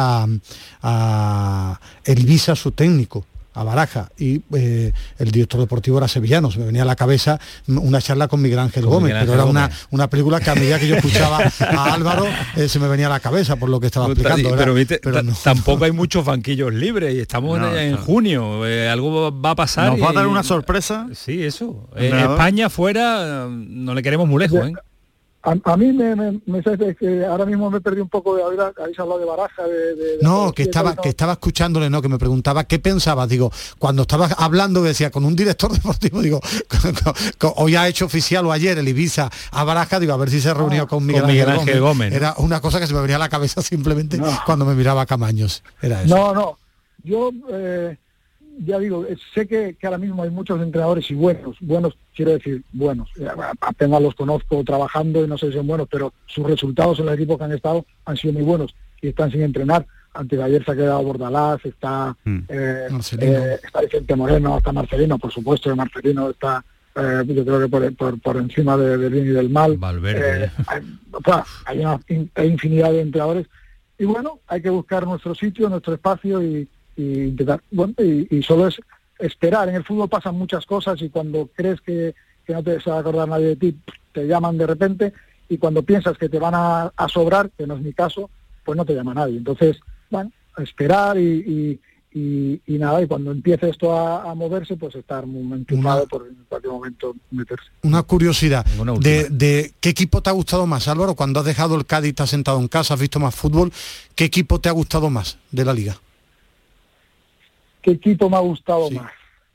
a el Ibiza, su técnico, a Baraja, y el director deportivo era sevillano. Se me venía a la cabeza una charla con Miguel Ángel Gómez, pero era una película que a medida que yo escuchaba a Álvaro se me venía a la cabeza por lo que estaba explicando. Pero tampoco hay muchos banquillos libres y estamos en junio. Algo va a pasar. ¿Nos va a dar una sorpresa? Sí, eso. España fuera no le queremos muy lejos, ¿eh? A mí me sabes que ahora mismo me perdí un poco de habéis hablado de Baraja, que estaba escuchándole, que me preguntaba qué pensabas, digo, cuando estabas hablando decía con un director deportivo, digo, hoy ha hecho oficial o ayer el Ibiza a Baraja, digo, a ver si se reunió con Miguel Ángel Gómez. Era una cosa que se me venía a la cabeza simplemente cuando me miraba a Camaños. Era eso. No, yo ya digo, sé que ahora mismo hay muchos entrenadores y buenos, quiero decir, buenos. Apenas los conozco trabajando y no sé si son buenos, pero sus resultados en los equipos que han estado han sido muy buenos y están sin entrenar. Antes de ayer se ha quedado Bordalás, está Vicente Moreno, está Marcelino, por supuesto, Marcelino está, yo creo que por encima del bien y del mal. Valverde. Hay infinidad de entrenadores y bueno, hay que buscar nuestro sitio, nuestro espacio y intentar, y solo es esperar. En el fútbol pasan muchas cosas y cuando crees que no te se va a acordar nadie de ti, te llaman de repente, y cuando piensas que te van a sobrar, que no es mi caso, pues no te llama nadie. Entonces, esperar y nada, y cuando empiece esto a moverse, pues estar muy enchufado por en cualquier momento meterse. Una curiosidad, de ¿qué equipo te ha gustado más, Álvaro? Cuando has dejado el Cádiz, te has sentado en casa, has visto más fútbol, ¿qué equipo te ha gustado más de la Liga? ¿Qué equipo me ha gustado más?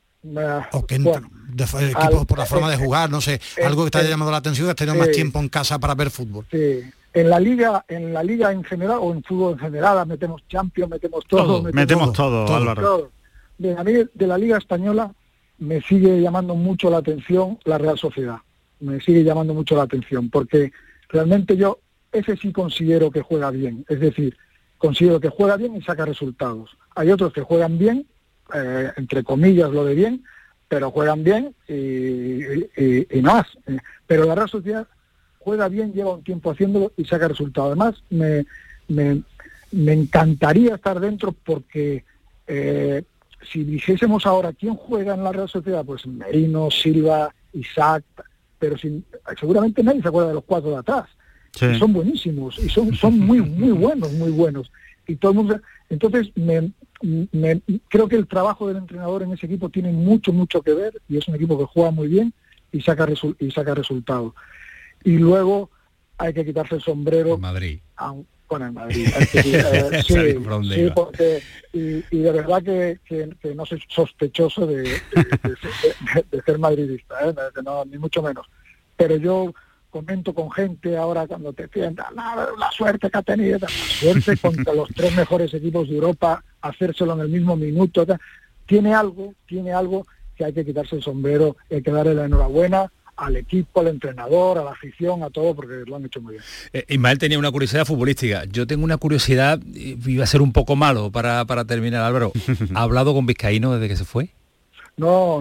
Equipos por la forma de jugar, no sé, algo que te haya llamado la atención, que has tenido más tiempo en casa para ver fútbol. Sí. En la liga en general, o en fútbol en general, metemos Champions, metemos todo. Metemos todo, Álvaro. Todo. Bien, a mí de la Liga Española me sigue llamando mucho la atención la Real Sociedad. Me sigue llamando mucho la atención, porque realmente yo, ese sí considero que juega bien. Es decir, considero que juega bien y saca resultados. Hay otros que juegan bien, entre comillas lo de bien, pero juegan bien y no más. Pero la Real Sociedad juega bien, lleva un tiempo haciéndolo y saca resultados. Además, me encantaría estar dentro porque si dijésemos ahora quién juega en la Real Sociedad, pues Merino, Silva, Isaac, pero seguramente nadie se acuerda de los cuatro de atrás. Sí. Y son buenísimos y son muy buenos. Y todo el mundo, entonces creo que el trabajo del entrenador en ese equipo tiene mucho que ver, y es un equipo que juega muy bien y saca resultados. Y luego hay que quitarse el sombrero. Madrid. Bueno, en Madrid. Sí, porque y de verdad que no soy sospechoso de ser madridista, no, ni mucho menos. Pero yo comento con gente ahora cuando te sientas, la suerte que ha tenido, la suerte contra los tres mejores equipos de Europa, hacérselo en el mismo minuto, tiene algo que hay que quitarse el sombrero, hay que darle la enhorabuena al equipo, al entrenador, a la afición, a todo, porque lo han hecho muy bien. Ismael tenía una curiosidad futbolística. Yo tengo una curiosidad, iba a ser un poco malo para terminar, Álvaro. ¿Ha hablado con Vizcaíno desde que se fue? No.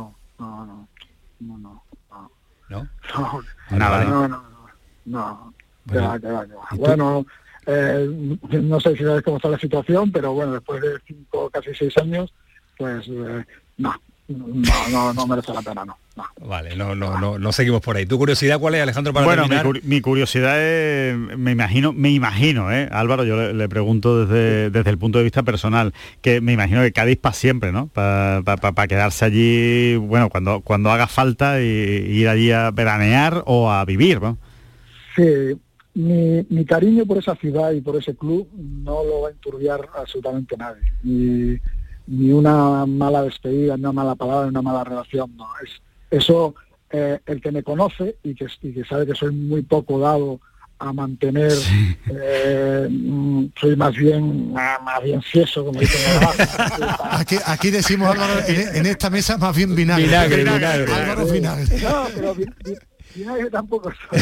Bueno, no sé si sabes cómo está la situación, pero bueno, después de 5, casi 6 años, pues no merece la pena, no. Vale, no seguimos por ahí. ¿Tu curiosidad cuál es, Alejandro, para terminar? Mi curiosidad es, me imagino, Álvaro, yo le pregunto desde el punto de vista personal, que me imagino que Cádiz para siempre, ¿no? Para quedarse allí, bueno, cuando haga falta y ir allí a veranear o a vivir, ¿no? Sí, mi cariño por esa ciudad y por ese club no lo va a enturbiar absolutamente nadie. Ni una mala despedida, ni una mala palabra, ni una mala relación, no. Eso, el que me conoce y que sabe que soy muy poco dado a mantener, soy más bien cieso, como dicen en la base. Aquí decimos, Álvaro, en esta mesa más bien vinagre. Álvaro vinagre. No, pero vinagre tampoco soy.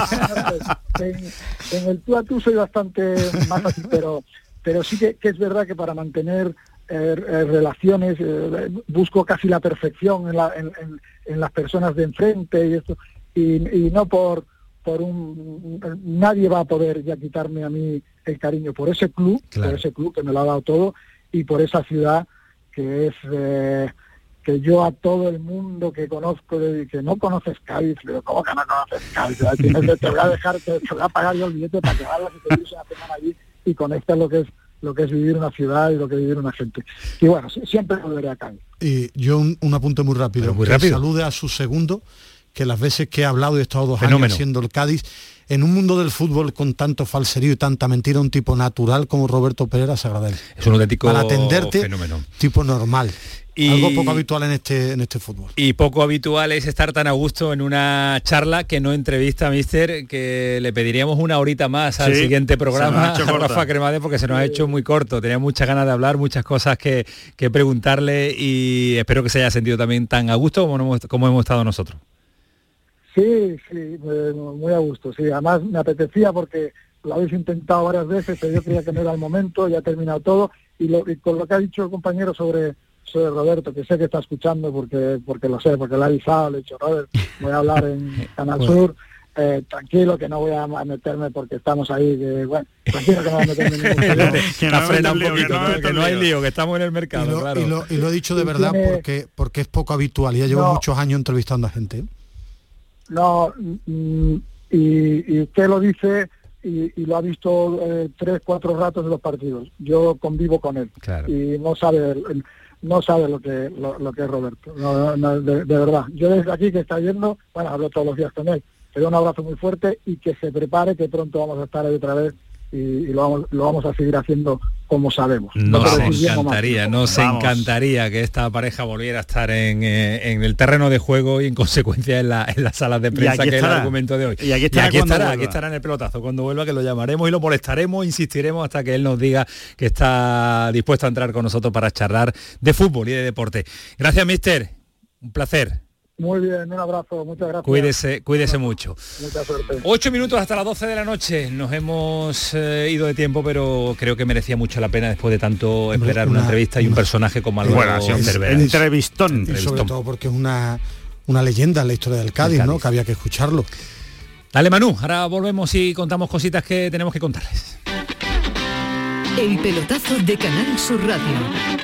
En el tú a tú soy bastante más así, pero sí que es verdad que para mantener relaciones busco casi la perfección en las personas de enfrente y esto, y no por nadie va a poder ya quitarme a mí el cariño por ese club, por ese club que me lo ha dado todo, y por esa ciudad que es que yo a todo el mundo que conozco, que no conoces Cádiz, pero ¿cómo que no conoces Cádiz? Te voy a dejar, te voy a pagar yo el billete para que vayas y te vives una semana allí y conectas lo que es vivir una ciudad y lo que es vivir una gente. Y bueno, siempre volveré a Cádiz. Y yo un apunte muy rápido. Salude a su segundo, que las veces que he hablado y he estado 2 años haciendo el Cádiz, en un mundo del fútbol con tanto falserío y tanta mentira, un tipo natural como Roberto Perera se agradece. Es un auténtico para atenderte, fenómeno. Tipo normal. Algo poco habitual en este fútbol. Y poco habitual es estar tan a gusto en una charla que no entrevista, mister, que le pediríamos una horita más al siguiente programa a Rafa Cremades, porque se nos ha hecho muy corto. Tenía muchas ganas de hablar, muchas cosas que preguntarle, y espero que se haya sentido también tan a gusto como hemos estado nosotros. Sí, muy a gusto. Sí, además me apetecía porque lo habéis intentado varias veces, pero yo creía que no era el momento, ya ha terminado todo, y con lo que ha dicho el compañero sobre Roberto, que sé que está escuchando porque lo sé, porque lo ha avisado, le he dicho, Robert, voy a hablar en Canal Sur, tranquilo que no voy a meterme porque estamos ahí, tranquilo que no voy a meterme en ningún lío. Que no hay lío, que estamos en el mercado, claro. Y lo he dicho de verdad porque es poco habitual, ya llevo muchos años entrevistando a gente. No, y usted lo dice y lo ha visto 3-4 ratos de los partidos. Yo convivo con él y no sabe lo que es Roberto, de verdad. Yo desde aquí que está yendo, hablo todos los días con él, le doy un abrazo muy fuerte y que se prepare, que pronto vamos a estar ahí otra vez y lo vamos a seguir haciendo como sabemos. Nos encantaría que esta pareja volviera a estar en el terreno de juego y en consecuencia en las salas de prensa, que es el argumento de hoy. Y aquí estará en el pelotazo cuando vuelva, que lo llamaremos y lo molestaremos, insistiremos hasta que él nos diga que está dispuesto a entrar con nosotros para charlar de fútbol y de deporte. Gracias, mister. Un placer. Muy bien, un abrazo, muchas gracias. Cuídese mucho. Mucha suerte. 8 minutos hasta las 12 de la noche. Nos hemos ido de tiempo, pero creo que merecía mucho la pena después de tanto esperar una entrevista y un personaje como Álvaro Cervera. Entrevistón. Y sobre todo porque es una leyenda en la historia del Cádiz, ¿no? Que había que escucharlo. Dale, Manu, ahora volvemos y contamos cositas que tenemos que contarles. El pelotazo de Canal Sur Radio.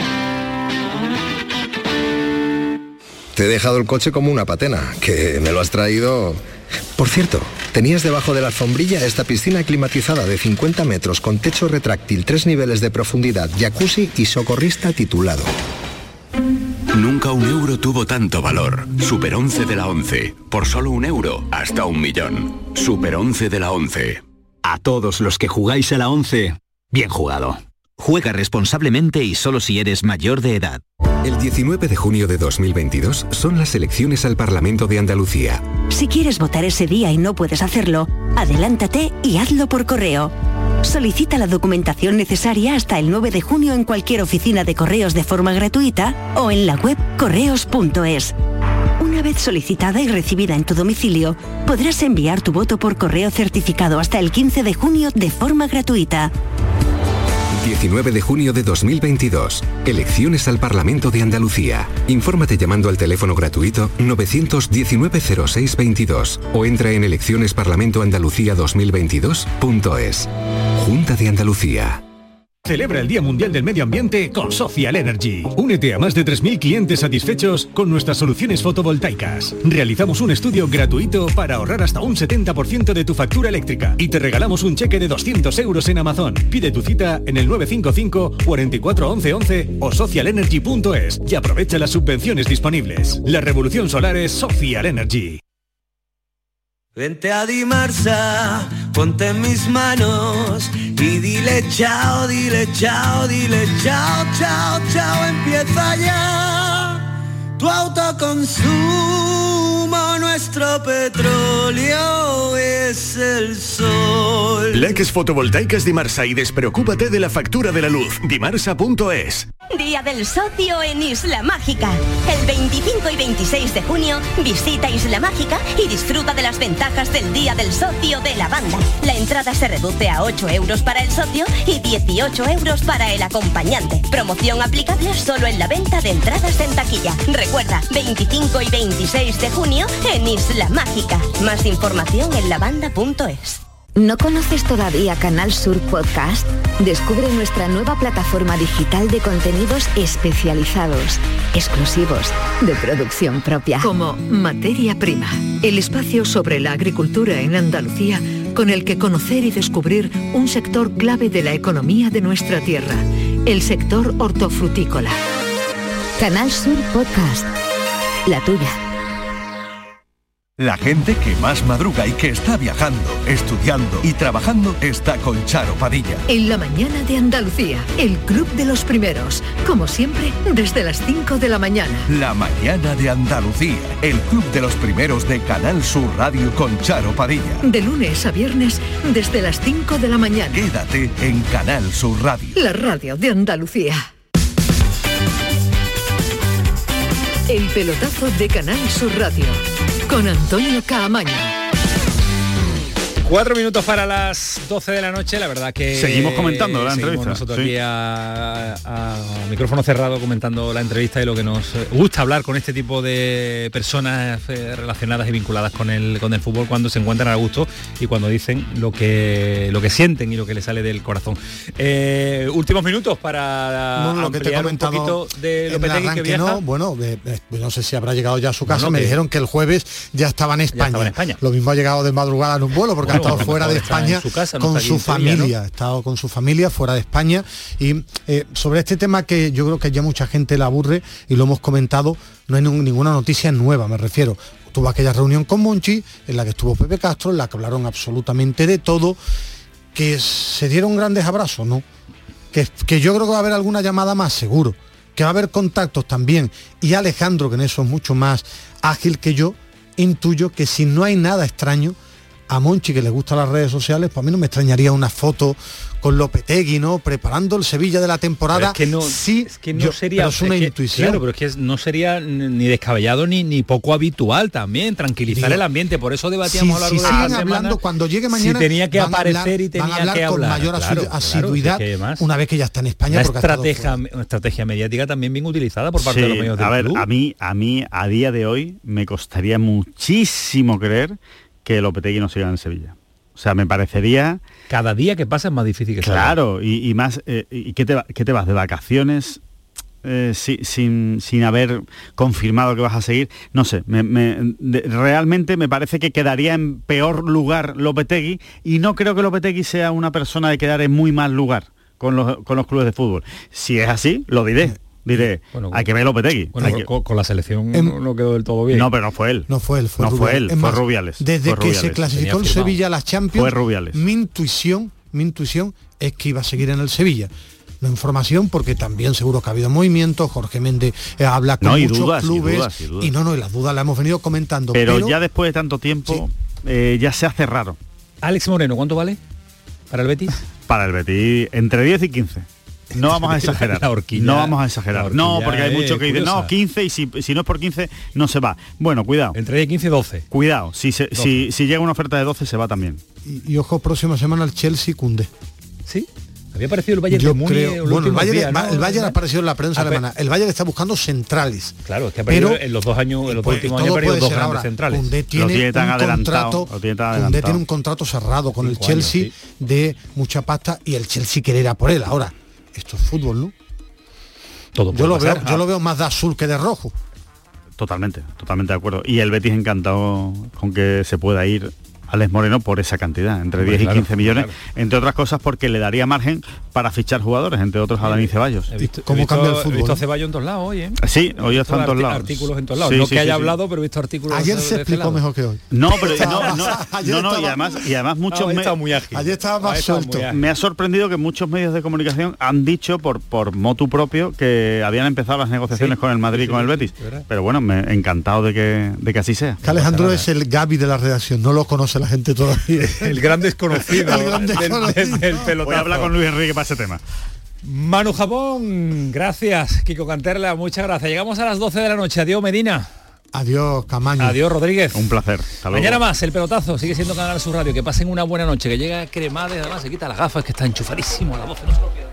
Te he dejado el coche como una patena, que me lo has traído... Por cierto, tenías debajo de la alfombrilla esta piscina climatizada de 50 metros con techo retráctil, 3 niveles de profundidad, jacuzzi y socorrista titulado. Nunca un euro tuvo tanto valor. Super 11 de la 11. Por solo €1, hasta 1.000.000. Super 11 de la 11. A todos los que jugáis a la 11, bien jugado. Juega responsablemente y solo si eres mayor de edad. El 19 de junio de 2022 son las elecciones al Parlamento de Andalucía. Si quieres votar ese día y no puedes hacerlo, adelántate y hazlo por correo. Solicita la documentación necesaria hasta el 9 de junio en cualquier oficina de correos de forma gratuita o en la web correos.es. Una una vez solicitada y recibida en tu domicilio, podrás enviar tu voto por correo certificado hasta el 15 de junio de forma gratuita. 19 de junio de 2022. Elecciones al Parlamento de Andalucía. Infórmate llamando al teléfono gratuito 919-0622 o entra en eleccionesparlamentoandalucía2022.es. Junta de Andalucía. Celebra el Día Mundial del Medio Ambiente con Social Energy. Únete a más de 3.000 clientes satisfechos con nuestras soluciones fotovoltaicas. Realizamos un estudio gratuito para ahorrar hasta un 70% de tu factura eléctrica y te regalamos un cheque de 200 euros en Amazon. Pide tu cita en el 955 44 11 11 o socialenergy.es y aprovecha las subvenciones disponibles. La revolución solar es Social Energy. Vente a Dimarsa, ponte en mis manos y dile chao, dile chao, dile chao, chao, chao. Empieza ya tu autoconsumo, nuestro petróleo es el sol. Leques fotovoltaicas Dimarsa y despreocúpate de la factura de la luz. Dimarsa.es. Día del Socio en Isla Mágica. El 25 y 26 de junio visita Isla Mágica y disfruta de las ventajas del Día del Socio de la banda. La entrada se reduce a 8 euros para el socio y 18 euros para el acompañante. Promoción aplicable solo en la venta de entradas en taquilla. Recuerda, 25 y 26 de junio en Isla Mágica. Más información en lavanda.es. ¿No conoces todavía Canal Sur Podcast? Descubre nuestra nueva plataforma digital de contenidos especializados, exclusivos, de producción propia. Como Materia Prima, el espacio sobre la agricultura en Andalucía, con el que conocer y descubrir un sector clave de la economía de nuestra tierra, el sector hortofrutícola. Canal Sur Podcast, la tuya. La gente que más madruga y que está viajando, estudiando y trabajando está con Charo Padilla. En la mañana de Andalucía, el Club de los Primeros, como siempre, desde las 5 de la mañana. La mañana de Andalucía, el Club de los Primeros de Canal Sur Radio con Charo Padilla. De lunes a viernes, desde las 5 de la mañana. Quédate en Canal Sur Radio. La radio de Andalucía. El pelotazo de Canal Sur Radio. Con Antonio Caamaño. 4 minutos para las 12 de la noche, la verdad que... Seguimos comentando la entrevista. Nosotros aquí a micrófono cerrado comentando la entrevista y lo que nos gusta hablar con este tipo de personas relacionadas y vinculadas con el fútbol cuando se encuentran a gusto y cuando dicen lo que sienten y lo que les sale del corazón. Últimos minutos para lo que te he comentado un poquito de Lopetegui que viaja. No sé si habrá llegado ya a su casa. Me dijeron que el jueves ya estaba en España. Lo mismo ha llegado de madrugada en un vuelo porque ha estado fuera de España con su familia, ha estado con su familia fuera de España y sobre este tema que yo creo que ya mucha gente le aburre y lo hemos comentado, no hay ninguna noticia nueva, me refiero. Tuvo aquella reunión con Monchi en la que estuvo Pepe Castro, en la que hablaron absolutamente de todo, que se dieron grandes abrazos, ¿no? Que yo creo que va a haber alguna llamada más, seguro, que va a haber contactos también, y Alejandro, que en eso es mucho más ágil que yo, intuyo que si no hay nada extraño, a Monchi, que le gustan las redes sociales, pues a mí no me extrañaría una foto con Lopetegui, ¿no? Preparando el Sevilla de la temporada. Pero es que no sería... es una intuición. Claro, pero es que no sería ni descabellado ni poco habitual también, tranquilizar el ambiente. Por eso debatíamos a lo largo de la semana. Hablando, cuando llegue mañana... Si tenía que aparecer y tenía que hablar. Con mayor asiduidad, una vez que ya está en España. Una estrategia mediática también bien utilizada por parte de los medios del club. A mí, a día de hoy, me costaría muchísimo creer que Lopetegui no siga en Sevilla. O sea, me parecería... Cada día que pasa es más difícil que sea. Claro, y más... ¿y qué te vas? ¿De vacaciones? Sin haber confirmado que vas a seguir. No sé, realmente me parece que quedaría en peor lugar Lopetegui y no creo que Lopetegui sea una persona de quedar en muy mal lugar con los clubes de fútbol. Si es así, lo diré. Hay que ver Lopetegui. Con la selección no quedó del todo bien. No, pero no fue él. Fue Rubiales. Desde que se clasificó el Sevilla a las Champions, fue Rubiales. Mi intuición es que iba a seguir en el Sevilla. La información, porque también seguro que ha habido movimientos, Jorge Méndez habla con muchos clubes y las dudas las hemos venido comentando. Pero ya después de tanto tiempo, ya se hace raro. Alex Moreno, ¿cuánto vale para el Betis? Para el Betis, entre 10 y 15. No vamos a exagerar. La horquilla, no vamos a exagerar. No, porque hay muchos que dicen, curiosa. no, 15 y si no es por 15 no se va. Bueno, cuidado. Entre 15 y 12. Cuidado, si llega una oferta de 12 se va también. Y ojo, próxima semana el Chelsea Cundé. ¿Sí? Había aparecido el Bayern Yo de Múnich. creo, bueno, el Bayern ha aparecido en la prensa alemana. El Bayern está buscando centrales. Claro, es que ha perdido en los dos años, en los dos últimos años ha perdido dos grandes centrales. Cundé tiene un contrato cerrado con el Chelsea de mucha pasta y el Chelsea quiere ir a por él. Ahora, esto es fútbol, ¿no? Todo yo lo veo más de azul que de rojo. Totalmente de acuerdo. Y el Betis encantado con que se pueda ir Alex Moreno por esa cantidad, entre 10 y 15 millones, entre otras cosas porque le daría margen para fichar jugadores, entre otros a Dani Ceballos. ¿Cómo cambia el fútbol? He visto a Ceballos en todos lados hoy, ¿eh? Sí, hoy está en todos lados. Artículos en todos lados. No que haya hablado, pero he visto artículos. Ayer se explicó mejor que hoy. No, pero no, y además muchos ayer estaba más suelto. Me ha sorprendido que muchos medios de comunicación han dicho por motu propio que habían empezado las negociaciones con el Madrid y con el Betis. Pero bueno, me he encantado de que así sea. Que Alejandro es el Gavi de la redacción, no lo conoce la gente todavía. El gran desconocido del pelotazo. Voy a hablar con Luis Enrique para ese tema. Manu Japón, gracias. Kiko Canterla, muchas gracias. Llegamos a las 12 de la noche. Adiós, Medina. Adiós, Camaño. Adiós, Rodríguez. Un placer. Mañana más, el pelotazo. Sigue siendo Canal Sur Radio. Que pasen una buena noche. Que llega Cremades, además se quita las gafas, que está enchufadísimo a la 12. No se lo pierdan.